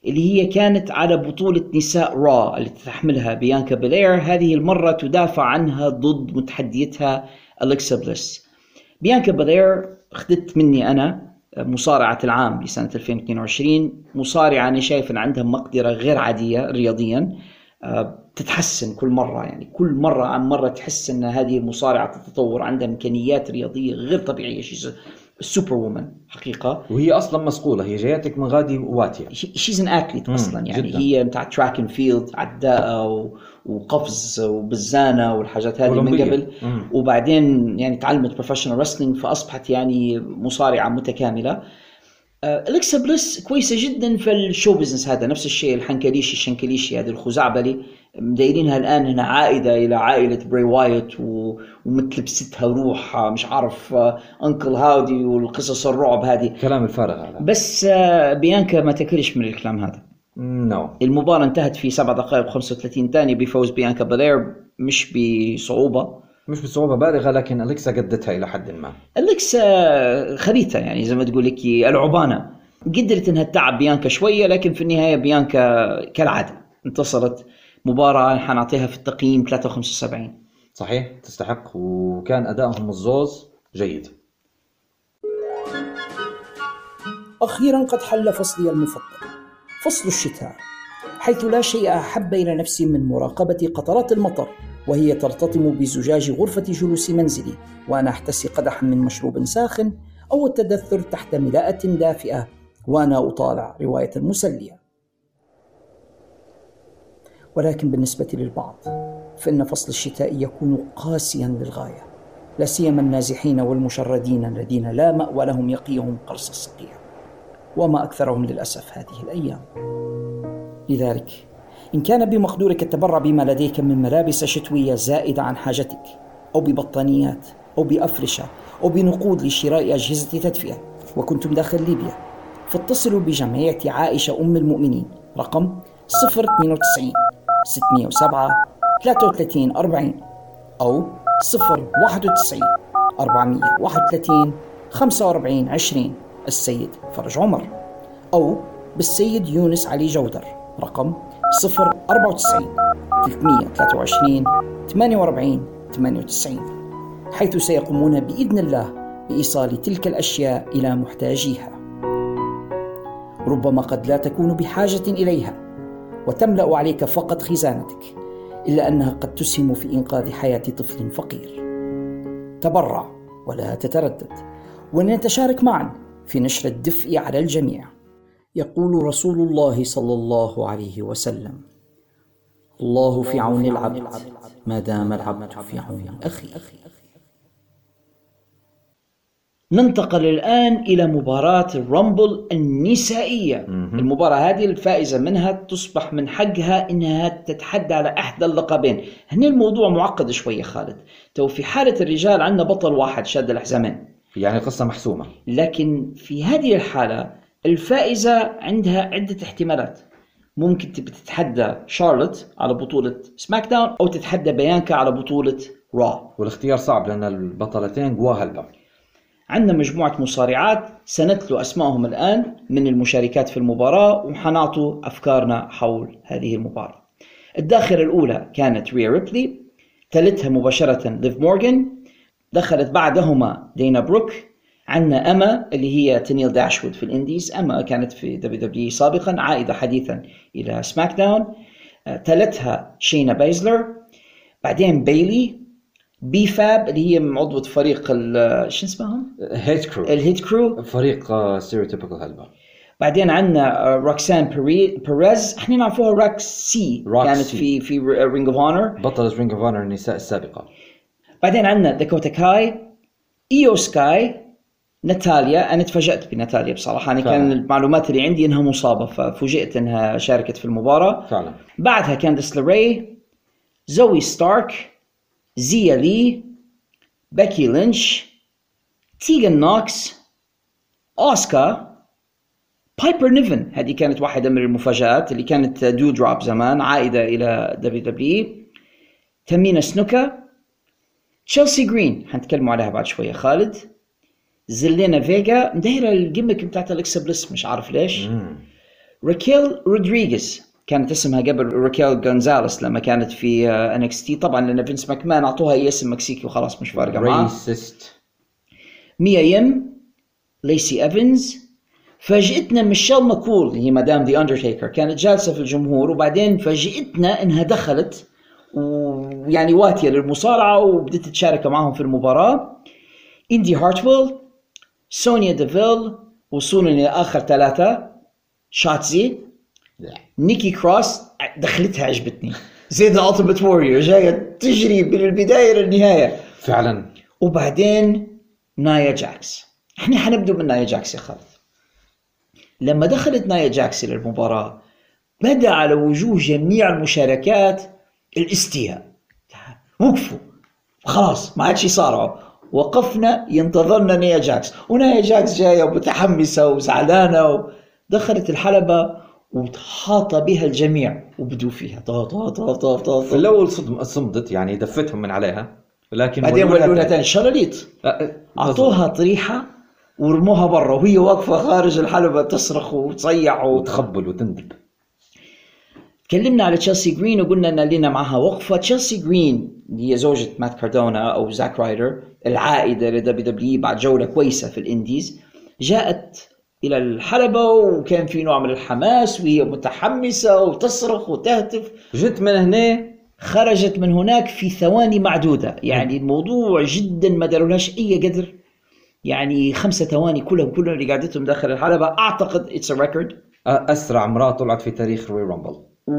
اللي هي كانت على بطولة نساء را اللي تحملها بيانكا بيلير، هذه المرة تدافع عنها ضد متحديتها أليكسا بليس. بيانكا بيلير أخذت مني أنا مصارعة العام لسنة 2022، مصارعة أنا شايف أن عندها مقدرة غير عادية رياضيا، تتحسن كل مرة، يعني كل مرة عن مرة تحس أن هذه المصارعة تتطور، عندها إمكانيات رياضية غير طبيعية، السوبر وومن حقيقة. وهي أصلا مسقولة، هي جايتك من غادي واتيا، شيز ان اثليت أصلا، يعني جداً. هي بتاع تراك اند فيلد، عداءة وقفز وبزانة والحاجات هذه من قبل، وبعدين يعني تعلمت بروفيشنال رسلينج فأصبحت يعني مصارعة متكاملة. أليكسا بليس كويسة جدا في الشو بيزنس هذا، نفس الشيء الحنكليشي الشنكليشي هذه الخزعبلي مدايرينها الآن هنا عائدة إلى عائلة بري وايت ومتلبستها روح مش عارف أنكل هاودي والقصص الرعب هذه، كلام الفارغ هذا. بس بيانكا ما تكلش من الكلام هذا. المباراة انتهت في 7 دقائق و35 ثانية بفوز بيانكا بيلير، مش بصعوبة بالغة، لكن أليكسا قدتها إلى حد ما. أليكسا خريطة، يعني زي ما تقول لك العبانة، قدرت انها تتعب بيانكا شوية، لكن في النهاية بيانكا كالعادة انتصرت. مباراة حنعطيها في التقييم 3.75. صحيح، تستحق، وكان أدائهم الزوز جيد. أخيرا قد حل فصلي المفضل، فصل الشتاء، حيث لا شيء أحب إلى نفسي من مراقبة قطرات المطر وهي ترتطم بزجاج غرفة جلوس منزلي وأنا أحتسي قدحا من مشروب ساخن، أو التدثر تحت ملاءة دافئة وأنا أطالع رواية مسلية. ولكن بالنسبة للبعض فإن فصل الشتاء يكون قاسيا للغاية، لا سيما النازحين والمشردين الذين لا مأوى لهم يقيهم قرص الصقيع، وما أكثرهم للأسف هذه الأيام. لذلك إن كان بمقدورك التبرع بما لديك من ملابس شتوية زائدة عن حاجتك، أو ببطانيات، أو بأفرشة، أو بنقود لشراء أجهزة تدفئة، وكنتم داخل ليبيا، فاتصلوا بجمعية عائشة أم المؤمنين رقم 092 607 33 40 أو 091 431 45 20 السيد فرج عمر، أو بالسيد يونس علي جودر رقم 094 323 48 98، حيث سيقومون بإذن الله بإيصال تلك الأشياء إلى محتاجيها. ربما قد لا تكون بحاجة إليها وتملأ عليك فقط خزانتك، إلا أنها قد تسهم في إنقاذ حياة طفل فقير. تبرع ولا تتردد، ولنتشارك معا في نشر الدفء على الجميع. يقول رسول الله صلى الله عليه وسلم: الله في عون العبد ما دام العبد في عون أخيه. ننتقل الآن إلى مباراة الرامبل النسائية. المباراة هذه الفائزة منها تصبح من حقها إنها تتحدى على أحد اللقبين. هنا الموضوع معقد شوية خالد، تو في حالة الرجال عندنا بطل واحد شاد الحزامين، يعني قصة محسومة، لكن في هذه الحالة الفائزة عندها عدة احتمالات. ممكن تتحدى شارلوت على بطولة سماك داون، أو تتحدى بيانكا على بطولة را، والاختيار صعب لأن البطلتين قوى هلبة. عندنا مجموعة مصارعات سنتلو أسمائهم الآن من المشاركات في المباراة، وحنعطوا أفكارنا حول هذه المباراة. الداخلة الأولى كانت ريا ريبلي، تلتها مباشرة ليف مورغان، دخلت بعدهما دينا بروك. عندنا أما اللي هي تنيل داشوود في الإنديز، أما كانت في WWE سابقا، عائدة حديثا إلى سماك داون. تلتها شينا بايزلر، بعدين بايلي، بي فاب اللي هي عضوة فريق شو اسمهم؟ الهيت كرو، فريق ستيريوتيبيكال هلبة. بعدين عندنا روكسان بيريز، احنا نعرفوها روكسي، كانت في رينج اوف اونر، بطلة رينج اوف اونر النساء السابقة. بعدين عندنا داكوتا كاي، إيو سكاي، ناتاليا. أنا تفاجأت بناتاليا بصراحة، أنا كان المعلومات اللي عندي إنها مصابة، ففوجئت إنها شاركت في المباراة فعلا. بعدها كانديس لاري، زوي ستارك، زيا لي، بيكي لينش، تيغان نوكس، أوسكا، بايبر نيفن. هذه كانت واحدة من المفاجآت اللي كانت دو دروب زمان، عائدة إلى WWE. تامينا سنوكا، تشيلسي جرين هنتكلموا عليها بعد شوية خالد، زلينا فيجا، مدهرة الجيمك بتاعت أليكسا بليس مش عارف ليش. راكيل رودريغيز كانت اسمها قبل راكيل غونزاليس لما كانت في NXT، طبعا لأن فينس ماكمان أعطوها أي اسم مكسيكي وخلاص مش فارقة معاه. ميا يم، ليسي إيفنز. فاجئتنا ميشيل ماكول هي مدام ذا أندرتيكر، كانت جالسة في الجمهور وبعدين فاجئتنا إنها دخلت ويعني واتية للمصارعة وبدت تشارك معهم في المباراة. إندي هارتويل، سونيا ديفيل، وصولا إلى آخر 3. شاتزي، نيكي كروس دخلتها عجبتني زي ذا ألتيميت وورير، جاية تجري من البداية للنهاية فعلا. وبعدين نايا جاكس. احنا حنبدو من نايا جاكس يا خالد. لما دخلت نايا جاكس للمباراة بدأ على وجوه جميع المشاركات الاستياء، وقفوا خلاص ما عاد شي صاروا، وقفنا ينتظرنا نايا جاكس، ونايا جاكس جاية متحمسة وزعلانة دخلت الحلبة وتحاط بها الجميع وبدوا فيها طا. في الأول صمدت يعني دفتهم من عليها، لكن بعدين ولوها تاني شلاليت، أعطوها طريحة ورموها برا وهي واقفة خارج الحلبة تصرخ وتصيح وتخبل وتندب. تكلمنا على تشيلسي جرين وقلنا أن لنا معها وقفة. تشيلسي جرين هي زوجة مات كاردونا أو زاك رايدر العائدة لدبليو بعد جولة كويسة في الإنديز، جاءت إلى الحلبة وكان في نوع من الحماس وهي متحمسة وتصرخ وتهتف. جت من هنا خرجت من هناك في ثواني معدودة، يعني الموضوع جدا ما دارولهاش أي قدر، يعني 5 ثواني كلهم اللي قاعدتهم داخل الحلبة. أعتقد it's a record، أسرع امرأة طلعت في تاريخ روي رامبل،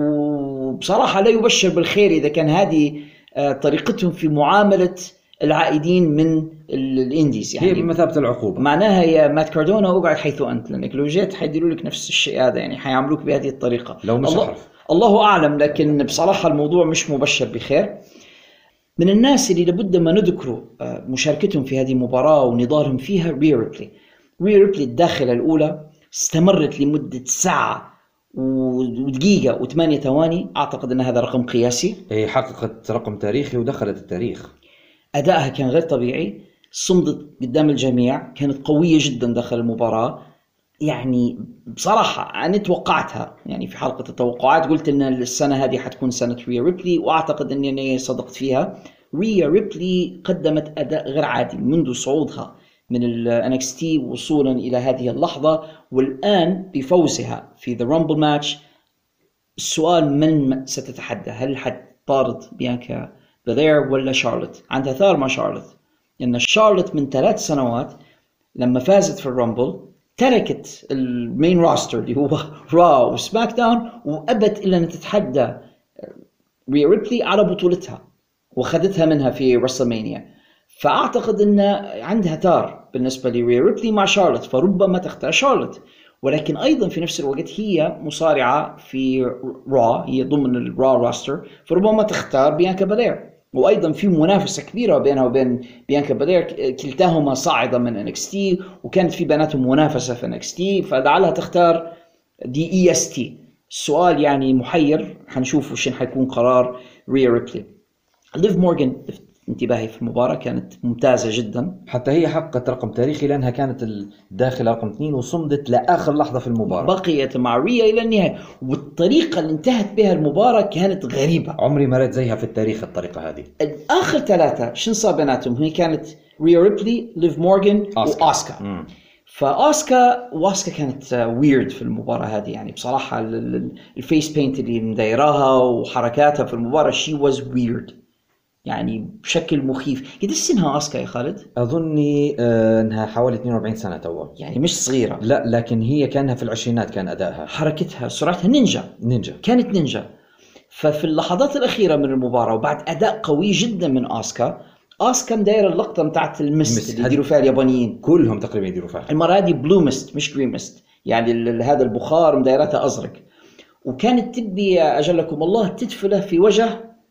وبصراحة لا يبشر بالخير إذا كان هذه طريقتهم في معاملة العائدين من الانديز، يعني هي بمثابة العقوبة. معناها يا مات كاردونا اقعد حيث أنت، لأنك لو جيت حيديروا لك نفس الشيء هذا، يعني حيعملوك بهذه الطريقة لو مش الله أعلم، لكن بصراحة الموضوع مش مبشر بخير. من الناس اللي لابد ما نذكروا مشاركتهم في هذه المباراة ونضالهم فيها ريا ريبلي الداخلة الأولى استمرت لمدة ساعة ودقيقة و8 ثواني، أعتقد أن هذا رقم قياسي. هي حققت رقم تاريخي ودخلت التاريخ. أدائها كان غير طبيعي، صمدت قدام الجميع، كانت قوية جدا داخل المباراة. يعني بصراحة أنا توقعتها، يعني في حلقة التوقعات قلت أن السنة هذه حتكون سنة ريا ريبلي، وأعتقد أني صدقت فيها. ريا ريبلي قدمت أداء غير عادي منذ صعودها من ال NXT وصولا إلى هذه اللحظة، والآن بفوزها في The Rumble Match. السؤال من ستتحدى، هل حتطارد بيانكا بلير ولا شارلوت؟ عندها ثار مع شارلوت، لأن شارلوت من 3 سنوات لما فازت في الرامبل تركت المين راستر اللي هو را وسماك داون وأبت إلا أن تتحدى ريا ريبلي على بطولتها وخذتها منها في رسلمانيا. فأعتقد أن عندها ثار بالنسبة لريا ريبلي مع شارلوت، فربما تختار شارلوت. ولكن أيضا في نفس الوقت هي مصارعة في را، هي ضمن الرا راستر، فربما تختار بيانكا بلير. وأيضا في منافسة كبيرة بينها وبين بيانكا بلير، كلتاهما صاعدة من NXT وكانت في بيناتهم منافسة في NXT، فلعلها تختار دي EST. السؤال يعني محير، حنشوف وش حيكون قرار ريا ريبلي. ليف مورغان انتباهي في المباراة كانت ممتازة جدا، حتى هي حققت رقم تاريخي لأنها كانت الداخل رقم 2 وصمدت لآخر لحظة في المباراة، بقيت مع ريا إلى النهاية، والطريقة اللي انتهت بها المباراة كانت غريبة، عمري ما رأيت زيها في التاريخ. الطريقة هذه آخر 3 شن صار بيناتهم، هي كانت ريا ريبلي، ليف مورغان وأوسكا. واسكا كانت ويرد في المباراة هذه، يعني بصراحة الفيس بينت اللي مدايراها وحركاتها في المباراة شي واز ويرد، يعني بشكل مخيف. قد سنها أوسكا يا خالد؟ أظني أنها حوالي 42 سنة توا، يعني مش صغيرة. لا لكن هي كانها في العشرينات، كان أدائها، حركتها، سرعتها نينجا، كانت نينجا. ففي اللحظات الأخيرة من المباراة وبعد أداء قوي جدا من أوسكا مداير اللقطة متاعت المست اللي يديروا فيها اليابانيين، كلهم تقريبا يديروا فيها. المرة هذه بلو مست مش جرين مست، يعني هذا البخار مدايرتها أزرق، وكانت تبي أجلكم الله تدفله في وجه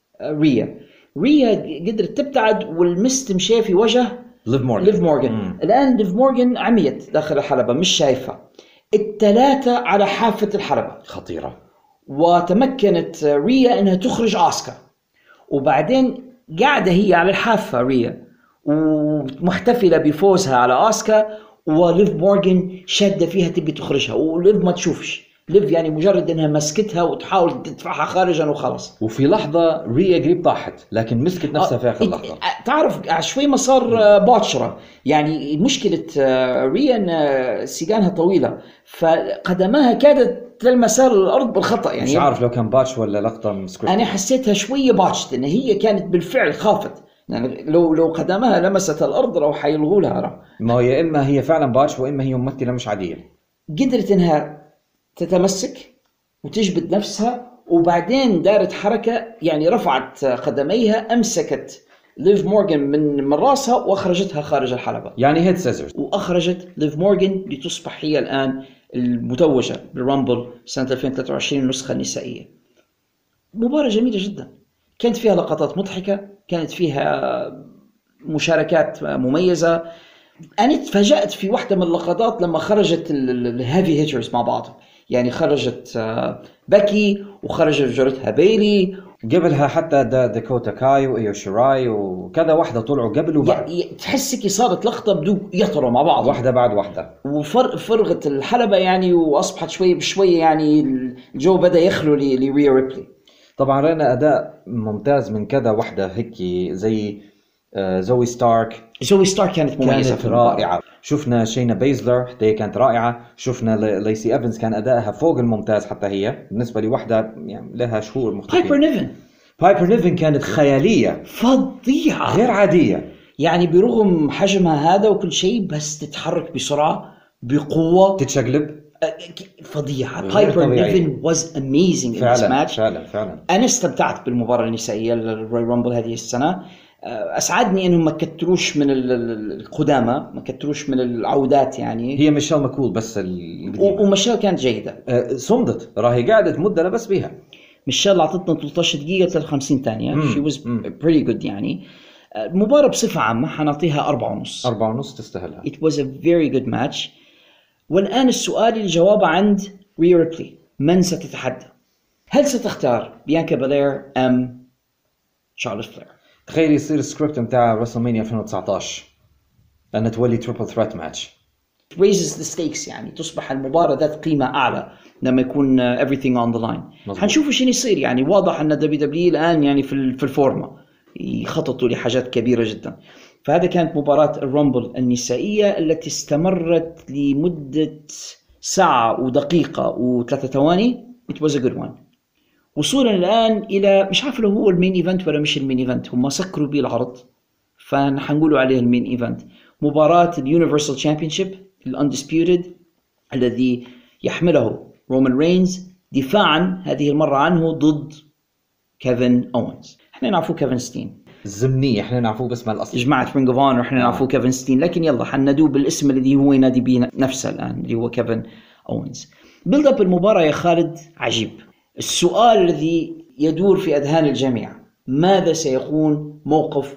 ريا قدرت تبتعد والمست مشي في وجه ليف مورغان. الآن ليف مورغان عميت داخل الحلبة مش شايفة، ال3 على حافة الحلبة خطيرة، وتمكنت ريا أنها تخرج أوسكا، وبعدين قاعدة هي على الحافة ريا ومحتفلة بفوزها على أوسكا، وليف مورغان شادة فيها تبي تخرجها، وليف ما تشوفش، ليف يعني مجرد انها مسكتها وتحاول تدفعها خارجا وخلاص. وفي لحظة ريا قريب طاحت لكن مسكت نفسها في آخر لحظة. تعرف شوي ما صار باتشرة. يعني مشكلة ريا ان سيقانها طويلة فقدماها كادت تلمس الأرض بالخطأ. يعني مش عارف لو كان باتش ولا لقطة مسكرة. أنا حسيتها شوية باتش لأن هي كانت بالفعل خافت. يعني لو قدمها لمست الأرض لو حيلغوا لها. ما هي إما هي فعلا باتش وإما هي ممثلة مش عادية. قدرت إنها تتمسك وتجبد نفسها وبعدين دارت حركة يعني رفعت قدميها أمسكت ليف مورغان من راسها وأخرجتها خارج الحلبة. يعني هيد سيزرز. وأخرجت ليف مورغان لتصبح هي الآن المتوجة بالرامبل سنة 2023 النسخة النسائية. مباراة جميلة جدا كانت فيها لقطات مضحكة كانت فيها مشاركات مميزة. أنا تفاجأت في واحدة من اللقطات لما خرجت الهيفي هيترز مع بعض. يعني خرجت باكي وخرجت جارتها بيلي قبلها حتى داكوتا كاي وإيو شيراي وكذا واحدة طلعوا قبل وبعد. تحسك صارت لقطة بدو يطروا مع بعض واحدة بعد واحدة وفرغت الحلبة يعني وأصبحت شوي بشوي يعني الجو بدأ يخلو لريا ريبلي. طبعا رأينا أداء ممتاز من كذا واحدة هيك زي زوي ستارك كانت مميزة كانت رائعة. شفنا شينا بيزلر هي كانت رائعة. شفنا ليسي إيفنز كان أدائها فوق الممتاز حتى هي بالنسبة لي واحدة يعني لها شهور مختلفين. بايبر نيفن كانت خيالية فظيعة غير عادية. يعني برغم حجمها هذا وكل شيء بس تتحرك بسرعة بقوة تتشقلب فظيعة. بايبر نيفن was amazing in this match. فعلا أنا استمتعت بالمباراة النسائية للروي رامبل هذه السنة. أسعدني إنهم ما كتروش من القدامى ما كتروش من العودات. يعني هي ميشيل ماكول بس وميشيل كانت جيدة. صمدت راهي قاعدة مدة لبس بيها. ميشيل أعطتنا 13 دقيقة 53 ثانية. she was pretty good. يعني المباراة بصفة عامة حنعطيها 4.5 تستاهلها. it was a very good match. والآن السؤال اللي جوابه عند ريا ريبلي. من ستتحدى؟ هل ستختار بيانكا بالير أم شارلوت فلير؟ تخيل يصير السكريبت متاع رسلمانيا 2019 لأنها تولي تريبل ثريت ماتش. raises the stakes. يعني تصبح المباراة ذات قيمة أعلى لما يكون everything on the line. حنشوف شو يصير. يعني واضح أن WWE الآن يعني في الفورمة يخططوا لحاجات كبيرة جدا. فهذا كانت مباراة الرامبل النسائية التي استمرت لمدة ساعة ودقيقة وثلاثة ثواني. it was a good one. وصولا الآن إلى مش عارف لو هو المين إيفنت ولا مش المين إيفنت. هم سكروا بيه العرض فنحنقولوا عليه المين إيفنت. مباراة اليونيفرسال تشامبيونشيب الأندسبيوتد الذي يحمله رومان رينز دفاعا هذه المرة عنه ضد كيفن أوينز. احنا نعرفه كيفن ستين الزمنية احنا نعرفوه باسمه الأصلي جماعة رينج اوف اونر. احنا نعرفوه كيفن ستين لكن يلا حندوه بالاسم الذي هو ينادي به نفسه الآن اللي هو كيفن أوينز. بيلد اب المباراة يا خالد عجيب. السؤال الذي يدور في أذهان الجميع ماذا سيكون موقف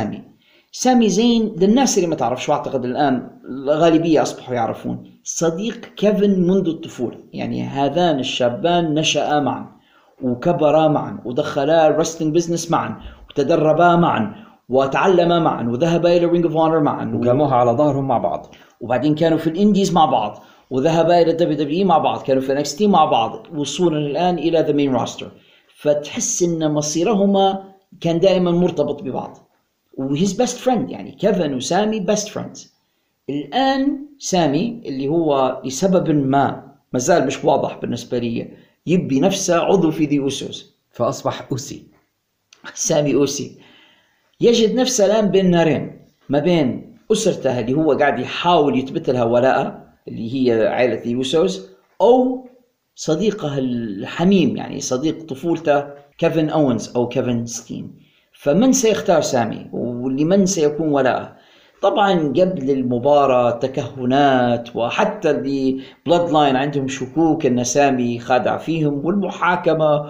سامي زين؟ للناس اللي ما تعرفش واعتقد الآن الغالبية أصبحوا يعرفون صديق كيفن منذ الطفولة. يعني هذان الشابان نشأ معا وكبرا معا ودخلا الرستنج بيزنس معا وتدربا معا وتعلما معا وذهبا إلى رينج اوف اونر معا وقاموها على ظهرهم مع بعض وبعدين كانوا في الإنديز مع بعض وذهبا إلى WWE مع بعض كانوا في NXT مع بعض وصولا الآن إلى the main roster. فتحس إن مصيرهما كان دائما مرتبط ببعض وhis best friend. يعني كيفن وسامي best friends. الآن سامي اللي هو لسبب ما مازال مش واضح بالنسبة لي يبي نفسه عضو في ذي أوسوس فأصبح أوسي. سامي أوسي يجد نفسه الآن بين نارين ما بين أسرته اللي هو قاعد يحاول يثبت لها ولاءه اللي هي عائلة ذي أوسوس أو صديقه الحميم يعني صديق طفولته كيفن أوينز أو كيفن ستين. فمن سيختار سامي ولمن سيكون ولاءه؟ طبعا قبل المباراة تكهنات وحتى اللي بلاد لاين عندهم شكوك ان سامي خادع فيهم والمحاكمة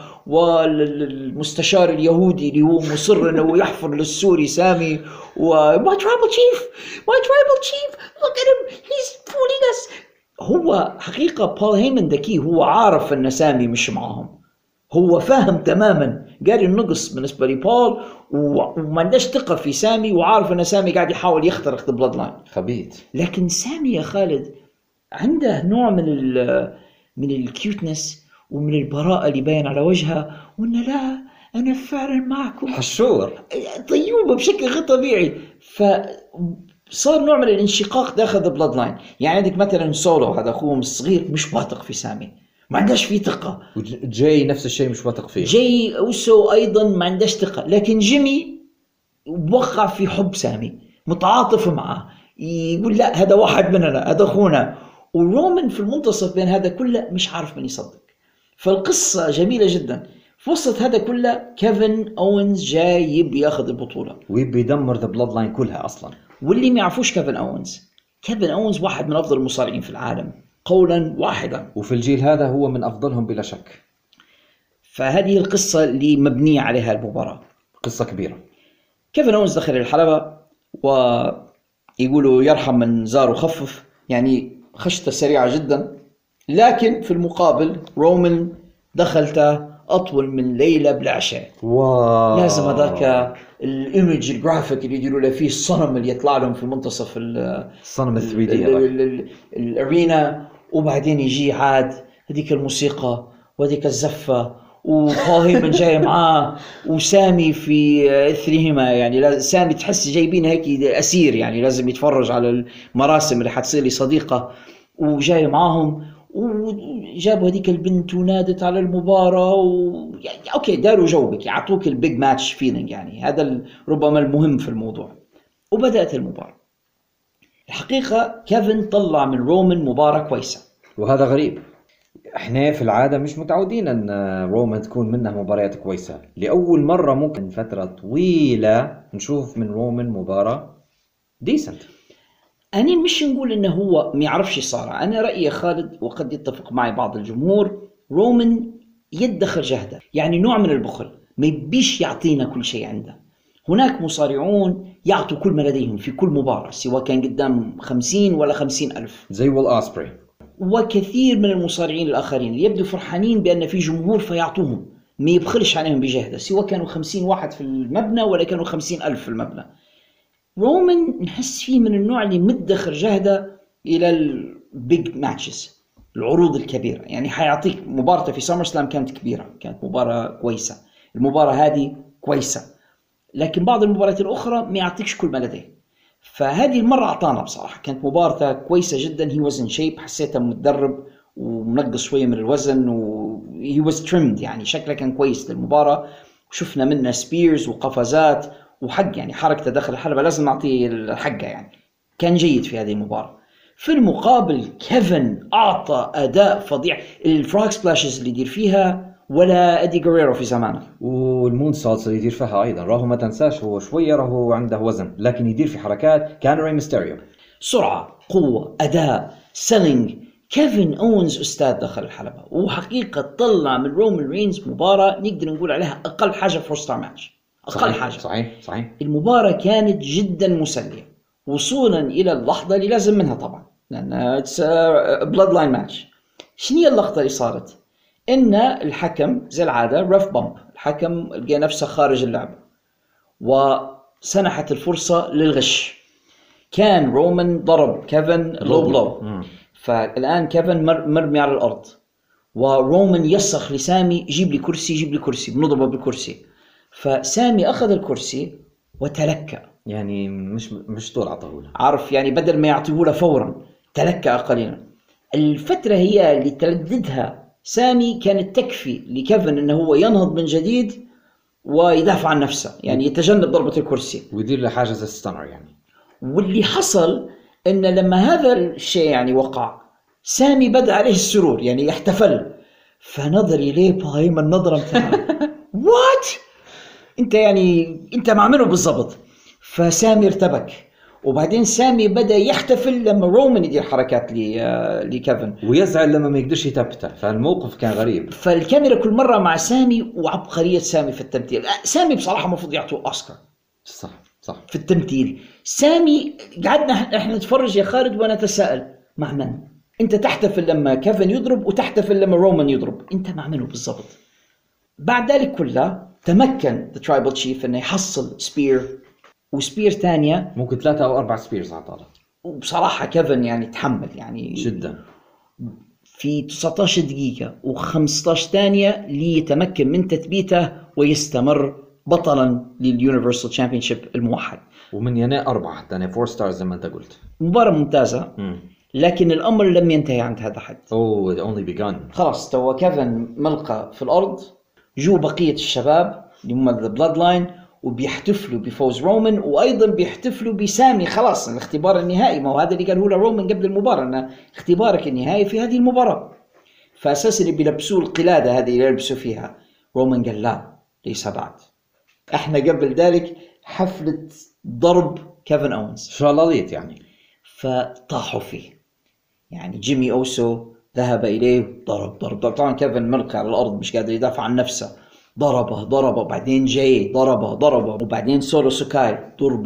والمستشار اليهودي اللي هو مصر انه يحفر للسوري سامي my tribal chief look at him he's fooling us. هو حقيقة بول هيمن ذكي هو عارف ان سامي مش معاهم. هو فاهم تماما قاري النقص بالنسبة لبول وما عندهش ثقة في سامي وعارف أن سامي قاعد يحاول يخترق البلاد لاين خبيث. لكن سامي يا خالد عنده نوع من من الكيوتنس ومن البراءة اللي باين على وجهها، وإنه لا أنا فعلا معكم، حشور طيوبة بشكل غير طبيعي. فصار نوع من الانشقاق داخل the bloodline. يعني عندك مثلا سولو، هذا أخوهم الصغير مش واثق في سامي، ما عندهش فيه ثقة. جاي نفس الشيء مش واثق فيه. جاي أوسو أيضا ما عندهش ثقة. لكن جيمي وقع في حب سامي، متعاطف معه، يقول لا هذا واحد مننا، هذا أخونا. ورومان في المنتصف بين هذا كله مش عارف من يصدق. فالقصة جميلة جدا. في وسط هذا كله كيفن أوينز جاي يبي ياخذ البطولة ويبي يدمر ذا بلاد لاين كلها أصلا. واللي ما يعرفوش كيفن أوينز واحد من أفضل المصارعين في العالم قولا واحدا، وفي الجيل هذا هو من أفضلهم بلا شك. فهذه القصة اللي مبنية عليها المباراة، قصة كبيرة. كيفن أوينز دخل الحلبة ويقولوا يرحم من زار وخفف، يعني خشته سريعة جدا. لكن في المقابل رومان دخلته أطول من ليلة بالعشاء. لازم هذاك الإيمج الجرافيك اللي يديروا له فيه الصنم اللي يطلع لهم في منتصف الصنم ال3D الأرينا، وبعدين يجي عاد هذيك الموسيقى وهذيك الزفة، وبول هيمن جاي معاه، وسامي في إثرهما. يعني سامي تحس جايبين هيك أسير، يعني لازم يتفرج على المراسم اللي حتصير لي صديقة، وجاي معاهم. وجابوا هذيك البنت ونادت على المباراة يعني أوكي داروا جوبك، يعطوك البيج ماتش فيلينج، يعني هذا ربما المهم في الموضوع. وبدأت المباراة. الحقيقة كيفن طلع من رومان مباراة كويسة، وهذا غريب. احنا في العادة مش متعودين ان رومان تكون منها مباريات كويسة. لأول مرة ممكن فترة طويلة نشوف من رومان مباراة ديسنت. أنا مش نقول إنه هو ما يعرفش صار. أنا رأيي خالد، وقد يتفق معي بعض الجمهور، رومان يدخر جهده، يعني نوع من البخل، ما يبيش يعطينا كل شيء عنده. هناك مصارعون يعطوا كل ما لديهم في كل مباراة، سواء كان قدام 50 ولا 50,000، زي ويل أوسبري وكثير من المصارعين الآخرين اللي يبدو فرحانين بأن في جمهور فيعطوهم، ما يبخلش عليهم بجهده، سواء كانوا 50 واحد في المبنى ولا كانوا 50,000 في المبنى. رومان نحس فيه من النوع اللي مدخر جهده إلى البيج ماتشز، العروض الكبيرة. يعني حيعطيك مباراة في سامر سلام كانت كبيرة، كانت مباراة كويسة، المباراة هذه كويسة، لكن بعض المباريات الأخرى ما يعطيكش كل ما لديه. فهذه المرة أعطانا بصراحة، كانت مباراة كويسة جدا. هي وزن شيب، حسيته متدرب ومنقص شوية من الوزن، وهي was trimmed، يعني شكله كان كويس للمباراة. وشفنا منه سبيرز وقفزات وحق، يعني حركته داخل الحلبة لازم نعطيه الحقة، يعني كان جيد في هذه المباراة. في المقابل كيفن أعطى أداء فظيع. الفراغ سبلاشز اللي يدير فيها ولا أدي غيريرو في زمانه، والمون سالس اللي يدير فيها أيضا. راهو ما تنساش هو شوية راهو عنده وزن، لكن يدير في حركات كان ري ميستيريو. سرعة، قوة، أداء، سيلينج. كيفن أوينز أستاذ داخل الحلبة، وحقيقة طلع من رومان رينز مباراة نقدر نقول عليها أقل حاجة فور ستار ماتش، أقل صحيح حاجة. صحيح. المباراة كانت جدا مسلية وصولا إلى اللحظة اللي لازم منها طبعا، لأن it's a bloodline match. شنو اللقطة اللي صارت؟ إن الحكم زي العادة رف بامب، الحكم لقى نفسه خارج اللعبة وسنحت الفرصة للغش. كان رومان ضرب كيفن لو بلو، فالآن كيفن مرمي على الأرض، ورومان يصرخ لسامي جيب لي كرسي، بنضربه بالكرسي. فسامي أخذ الكرسي وتلكأ، يعني مش طول عطاهوله، عارف، يعني بدل ما يعطيه له فورا تلكأ قليلا. الفترة هي اللي ترددها سامي كانت تكفي لكيفن أنه هو ينهض من جديد ويدافع عن نفسه، يعني يتجنب ضربة الكرسي ويدير له حاجة زي الستانر يعني. واللي حصل أن لما هذا الشيء يعني وقع، سامي بدأ عليه السرور، يعني يحتفل. فنظر إليه بهايم النظرة متاعه وات انت مع منه بالضبط. فسامي ارتبك، وبعدين سامي بدأ يحتفل لما رومان يدير حركات لكيفن، ويزعل لما ما يقدرش يثبته. فالموقف كان غريب. فالكاميرا كل مرة مع سامي، وعبقرية سامي في التمثيل. سامي بصراحة مفروض يعطوه أوسكار. صح في التمثيل. سامي قعدنا احنا نتفرج يا خالد ونتساءل مع من؟ انت تحتفل لما كيفن يضرب وتحتفل لما رومان يضرب، انت مع منه بالضبط؟ بعد ذلك كله تمكن The Tribal Chief انه يحصل سبير وسبير ثانية، ممكن 3 أو 4 سبيرز عطاله. وبصراحة كيفن يعني تحمل يعني جدا. في 19 دقيقة و15 ثانية ليتمكن من تثبيته ويستمر بطلا لليونيفرسال تشامبيونشيب الموحد. ومن يناير 4 حتى 4 ستارز زي ما انت قلت. مباراة ممتازة. لكن الأمر لم ينتهي عند هذا الحد. it only begun. خلاص توا كيفن ملقى في الأرض، جو بقية الشباب اللي هم ذا بلاد لاين وبيحتفلوا بفوز رومان، وأيضا بيحتفلوا بسامي. خلاص الاختبار النهائي، ما هو هذا اللي قاله له رومان قبل المباراة، أن اختبارك النهائي في هذه المباراة. فأساس اللي بيلبسوا القلادة هذه اللي يلبسوا فيها، رومان قال لا ليس بعد، احنا قبل ذلك حفلة ضرب كيفن أوينز شلاليت يعني. فطاحوا فيه، يعني جيمي أوسو ذهب إليه ضرب. طبعا كيفن ملقى على الأرض مش قادر يدافع عن نفسه، ضربه. وبعدين جاي ضربه. وبعدين سولو سوكاي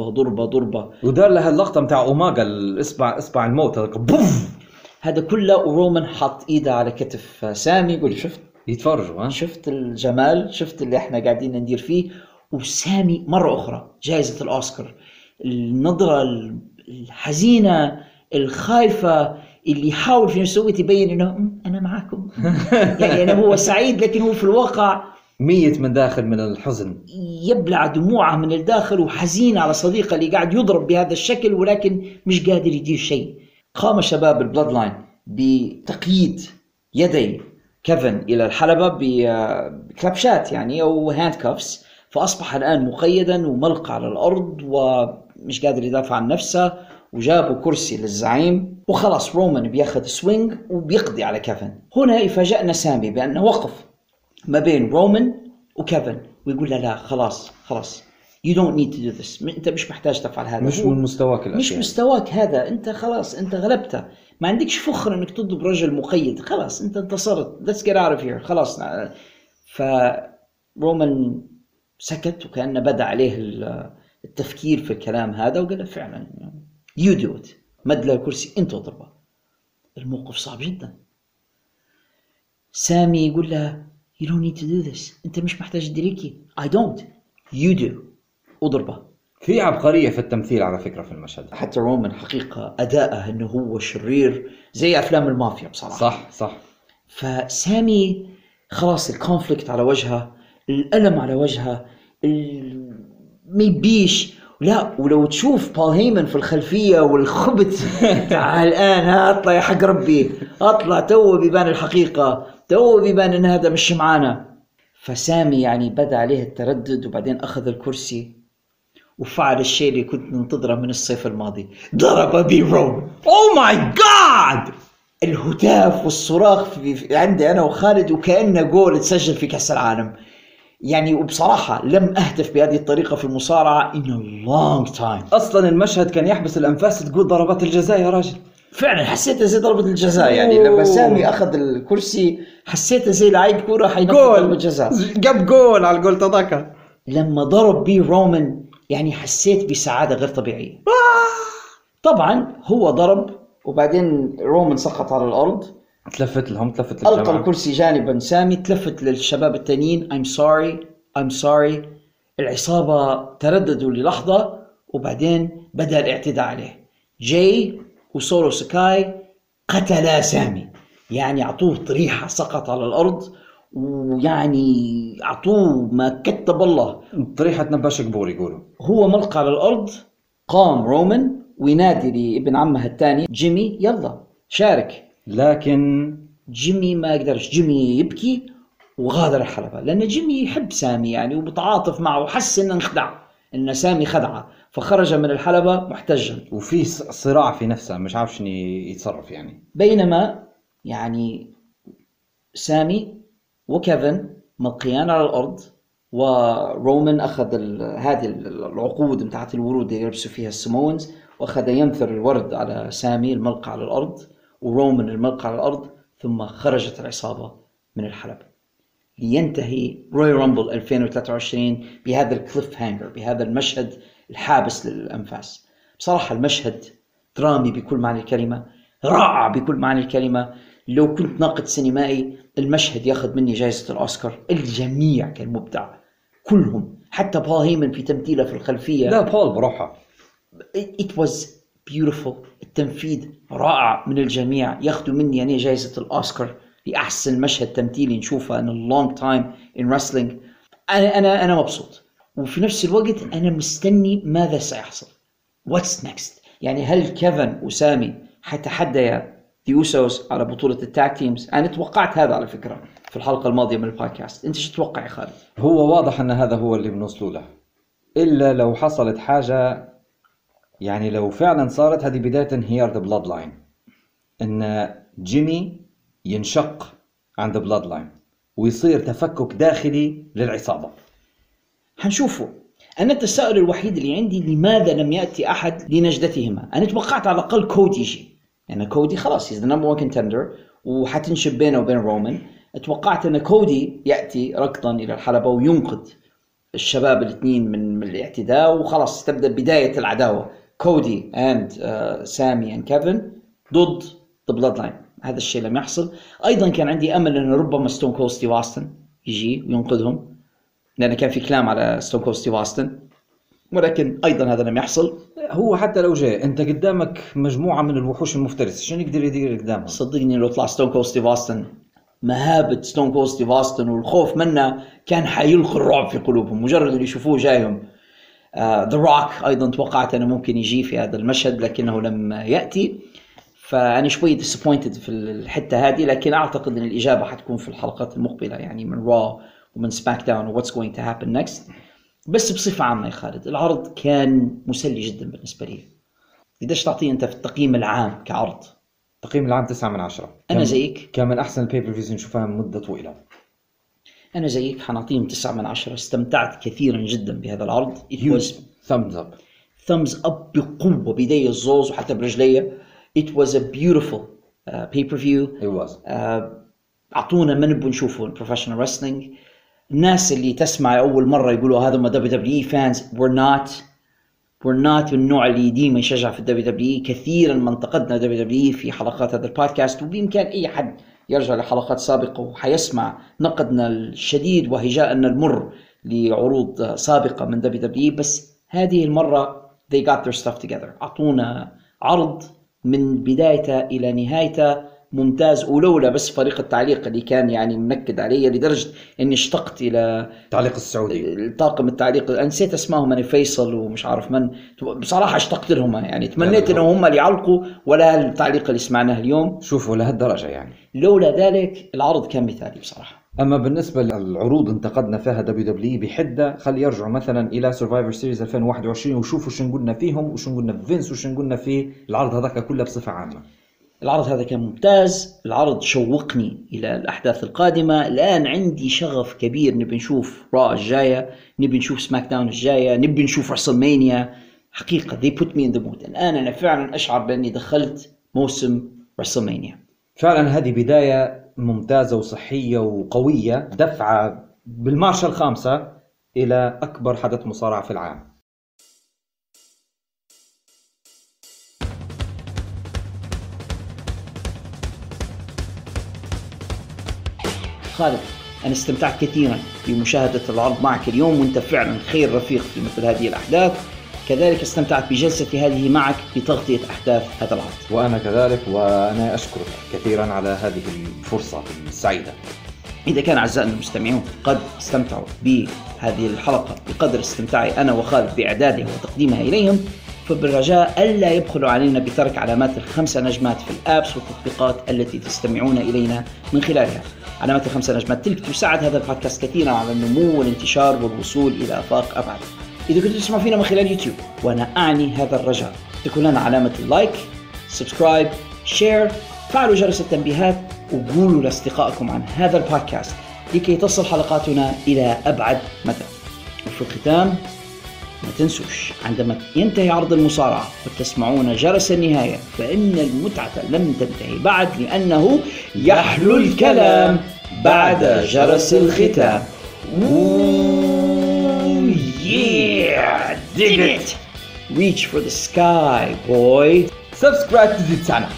ضربه. ودار لها اللقطة متاع أوماغا الإصبع الموت بوف. هذا كله ورومان حط إيده على كتف سامي يقول شفت يتفرجوا شفت الجمال، شفت اللي احنا قاعدين ندير فيه. وسامي مرة أخرى جائزة الأوسكار، النظرة الحزينة الخايفة اللي يحاول في نفسه يبين إنه أنا معاكم يعني أنا هو سعيد، لكن هو في الواقع ميت من داخل من الحزن، يبلع دموعه من الداخل وحزين على صديقه اللي قاعد يضرب بهذا الشكل ولكن مش قادر يدير شيء. قام شباب البلاد لاين بتقييد يدي كيفن إلى الحلبة بكلابشات يعني أو هاند كافس، فأصبح الآن مقيدا وملقى على الأرض ومش قادر يدافع عن نفسه. وجابوا كرسي للزعيم وخلاص رومان بياخذ سوينج وبيقضي على كيفن. هنا يفاجأنا سامي بأنه وقف ما بين رومان وكيفن ويقول له لا خلاص you don't need to do this، انت مش محتاج تفعل هذا، مش من مستواك الأشياء، مش مستواك هذا، انت خلاص انت غلبته، ما عندكش فخر انك تضرب رجل مقيد، خلاص انت انتصرت، let's get out of here خلاص. فرومان سكت وكأنه بدأ عليه التفكير في الكلام هذا وقال له فعلا you do it، مد له الكرسي انت اضربه. الموقف صعب جدا. سامي يقول له you don't need to do this، انت مش محتاج تدريكي، I don't you do، اضربه. في عبقرية في التمثيل على فكرة في المشهد. حتى رومان حقيقة أداءه أنه هو شرير زي أفلام المافيا بصراحة. صح. فسامي خلاص الكونفليكت على وجهه، الألم على وجهه، ميبيش لا. ولو تشوف بول هيمن في الخلفية والخبط تعال الآن اطلع يا حق ربي اطلع، تو بيبان الحقيقة، تو بيبان ان هذا مش معانا. فسامي يعني بدأ عليه التردد وبعدين أخذ الكرسي وفعل الشيء اللي كنت ننتظره من الصيف الماضي، ضرب بيرون. Oh my God! الهتاف والصراخ عندي أنا وخالد وكأنه جول تسجل في كأس العالم يعني. وبصراحة لم أهدف بهذه الطريقة في المصارعة in a long time. أصلا المشهد كان يحبس الأنفاس تقول ضربات الجزاء يا راجل. فعلا حسيتها زي ضربة الجزاء يعني. لما سامي أخذ الكرسي حسيتها زي لعيب كورة حينفذ ضربة الجزاء، جاب جول على الجول تذكر. لما ضرب بيه رومان يعني حسيت بسعادة غير طبيعية. طبعا هو ضرب وبعدين رومان سقط على الأرض، تلفت للجماعة، ألقى الكرسي جانبا سامي، تلفت للشباب التانيين I'm sorry. العصابة ترددوا للحظة وبعدين بدأ الاعتداء عليه. جاي وسولو سكاي قتلا سامي، يعني عطوه طريحة سقط على الأرض ويعني عطوه ما كتب الله، طريحة نباش قبور يقولوا. هو ملقى على الأرض. قام رومان وينادي لابن عمه الثاني جيمي يلا شارك، لكن جيمي ما قدرش. جيمي يبكي وغادر الحلبة لأن جيمي يحب سامي يعني وبتعاطف معه وحس إنه انخدع، إن سامي خدعه، فخرج من الحلبة محتجا وفي صراع في نفسه مش عارف شنو يتصرف يعني. بينما يعني سامي وكيفن ملقيان على الأرض ورومان أخذ هذه العقود متاعت الورود اللي يلبسوا فيها السمونز وأخذ ينثر الورد على سامي الملقى على الأرض ورومان الملقى على الأرض، ثم خرجت العصابة من الحلبة لينتهي روي رامبل 2023 بهذا الكليف هانجر، بهذا المشهد الحابس للأنفاس. بصراحة المشهد درامي بكل معنى الكلمة، رائع بكل معنى الكلمة. لو كنت ناقد سينمائي المشهد ياخذ مني جائزة الأوسكار. الجميع كان مبدع كلهم، حتى بول هيمن في تمثيله في الخلفية. لا بول بروحه it was beautiful. التنفيذ رائع من الجميع. ياخذوا مني يعني جائزة الأوسكار لأحسن مشهد تمثيلي نشوفه in a long time in wrestling. أنا مبسوط، وفي نفس الوقت أنا مستني ماذا سيحصل. What's next؟ يعني هل كيفن وسامي حتحديا The Usos على بطولة التاك تيمز؟ أنا توقعت هذا على فكرة في الحلقة الماضية من البودكاست. أنت شو تتوقع يا خالد؟ هو واضح أن هذا هو اللي بنوصلوا له، إلا لو حصلت حاجة، يعني لو فعلا صارت هذه بداية انهيار The Bloodline، إن جيمي ينشق عن The Bloodline ويصير تفكك داخلي للعصابة. هنشوفه. أنا التساؤل الوحيد اللي عندي لماذا لم يأتي أحد لنجدتهما؟ أنا توقعت على الأقل كودي يجي، يعني كودي خلاص he's the number one contender وحتنشب بينه وبين رومان. توقعت أن كودي يأتي ركضا إلى الحلبة وينقذ الشباب الاثنين من الاعتداء، وخلاص تبدأ بداية العداوة كودي and سامي and كيفن ضد the bloodline. هذا الشيء لم يحصل. أيضا كان عندي أمل أن ربما ستون كولد ستيف أوستن يجي وينقذهم، لأن كان في كلام على ستون كولد ستيف أوستن، ولكن أيضا هذا لم يحصل. هو حتى لو جاء أنت قدامك مجموعة من الوحوش المفترسة، شنو يقدر يدير قدامهم؟ صدقني لو طلع ستون كولد ستيف أوستن، مهابة ستون كولد ستيف أوستن والخوف منه كان حيلقي الرعب في قلوبهم مجرد اللي يشوفوه جايهم. The Rock أيضا توقعت أنه ممكن يجي في هذا المشهد لكنه لم يأتي، فأنا شوي disappointed في الحتة هذه، لكن أعتقد أن الإجابة حتكون في الحلقات المقبلة، يعني من Raw ومن سماك داون و what's going to happen next. بس بصفة عامة يا خالد العرض كان مسلي جدا بالنسبة لي. قديش تعطيه أنت في التقييم العام كعرض؟ تقييم العام 9/10. أنا زيك، كان من أحسن البيبرفيوز نشوفها من مدة طويلة. أنا زيك حنعطيهم 9/10. استمتعت كثيرا جدا بهذا العرض. It was thumbs up بقوة بيدي الزوز وحتى برجلية. It was a beautiful pay-per-view. It was. أعطونا ما نبغى نشوفه البروفيشنال wrestling. الناس اللي تسمع أول مرة يقولوا هذا ما WWE fans. we're not من النوع اللي ديما يشجع في WWE. كثيرا ما انتقدنا WWE في حلقات هذا البودكاست، وبإمكان أي حد يرجع لحلقات سابقة وحيسمع نقدنا الشديد وهجاءنا المر لعروض سابقة من WWE. بس هذه المرة they got their stuff together. أعطونا عرض من بدايته إلى نهايته ممتاز، ولولا بس فريق التعليق اللي كان يعني منكد علي لدرجة إني اشتقت إلى تعليق السعودي، طاقم التعليق. أنا نسيت اسمهم، أنا فيصل ومش عارف من، بصراحة اشتقت لهم، يعني تمنيت إنهم هم اللي يعلقوا ولا التعليق اللي سمعناه اليوم. شوفوا لهالدرجة يعني. لولا ذلك العرض كان مثالي بصراحة. أما بالنسبة للعروض انتقدنا فيها WWE بحدة، خلي يرجعوا مثلا إلى Survivor Series 2021 وشوفوا شو قلنا فيهم وشو قلنا في فينس وشو قلنا في العرض هذاك كله بصفة عامة. العرض هذا كان ممتاز. العرض شوقني إلى الأحداث القادمة. الآن عندي شغف كبير، نبي نشوف را الجاية، نبي نشوف سماك داون الجاية، نبي نشوف رسلمانيا. حقيقة they put me in the mood. الآن أنا فعلا أشعر بأني دخلت موسم رسلمانيا. فعلا هذه بداية ممتازة وصحية وقوية، دفعة بالمارشة الخامسة إلى أكبر حدث مصارعة في العالم. خالد أنا استمتعت كثيرا بمشاهدة العرض معك اليوم، وأنت فعلا خير رفيق في مثل هذه الأحداث. كذلك استمتعت بجلستي هذه معك لتغطية أحداث هذا العرض. وأنا كذلك، وأنا أشكرك كثيرا على هذه الفرصة السعيدة. إذا كان أعزائنا المستمعون قد استمتعوا بهذه الحلقة بقدر استمتاعي أنا وخالد بإعدادها وتقديمها إليهم، فبالرجاء ألا يبخلوا علينا بترك علامات ال5 نجمات في الآبس والتطبيقات التي تستمعون إلينا من خلالها. علامات ال5 نجمات تلك تساعد هذا البودكاست كثيرا على النمو والانتشار والوصول إلى آفاق أبعد. إذا كنتوا تسمعوا فينا من خلال يوتيوب، وأنا أعني هذا الرجاء، تكون لنا علامة اللايك، سبسكرايب، شير، فعلوا جرس التنبيهات، وقولوا لأصدقائكم عن هذا البودكاست لكي تصل حلقاتنا إلى أبعد مدى. وفي الختام ما تنسوش عندما ينتهي عرض المصارعة وتسمعون جرس النهاية فإن المتعة لم تنتهي بعد، لأنه يحلو الكلام بعد جرس الختام. Yeah, dig it. Reach for the sky, boy. Subscribe to the channel.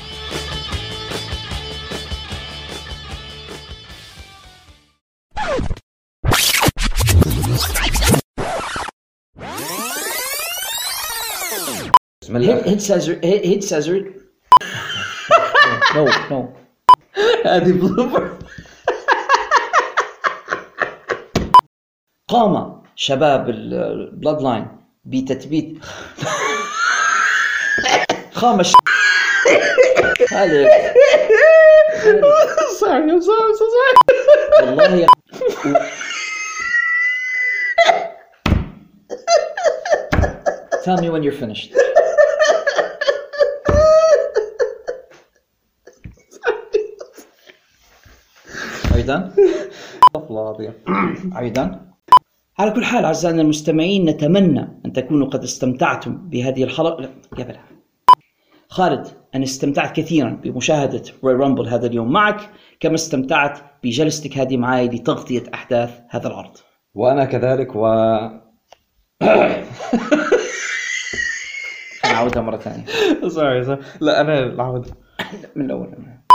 بسم الله. hit scissors. no. هذه بلوبر. قام شباب البلاد لاين بتثبيت قام هذا sorry. والله يا tell me when you're finished. Are you done? Are you done? على كل حال أعزائنا المستمعين، نتمنى أن تكونوا قد استمتعتم بهذه الحلقة. قبلها خالد، أنا استمتعت كثيرا بمشاهدة روي رامبل هذا اليوم معك، كما استمتعت بجلستك هذه معي لتغطية أحداث هذا العرض. وأنا كذلك نعودها مرة ثانية. sorry. لا أنا العود من الأول.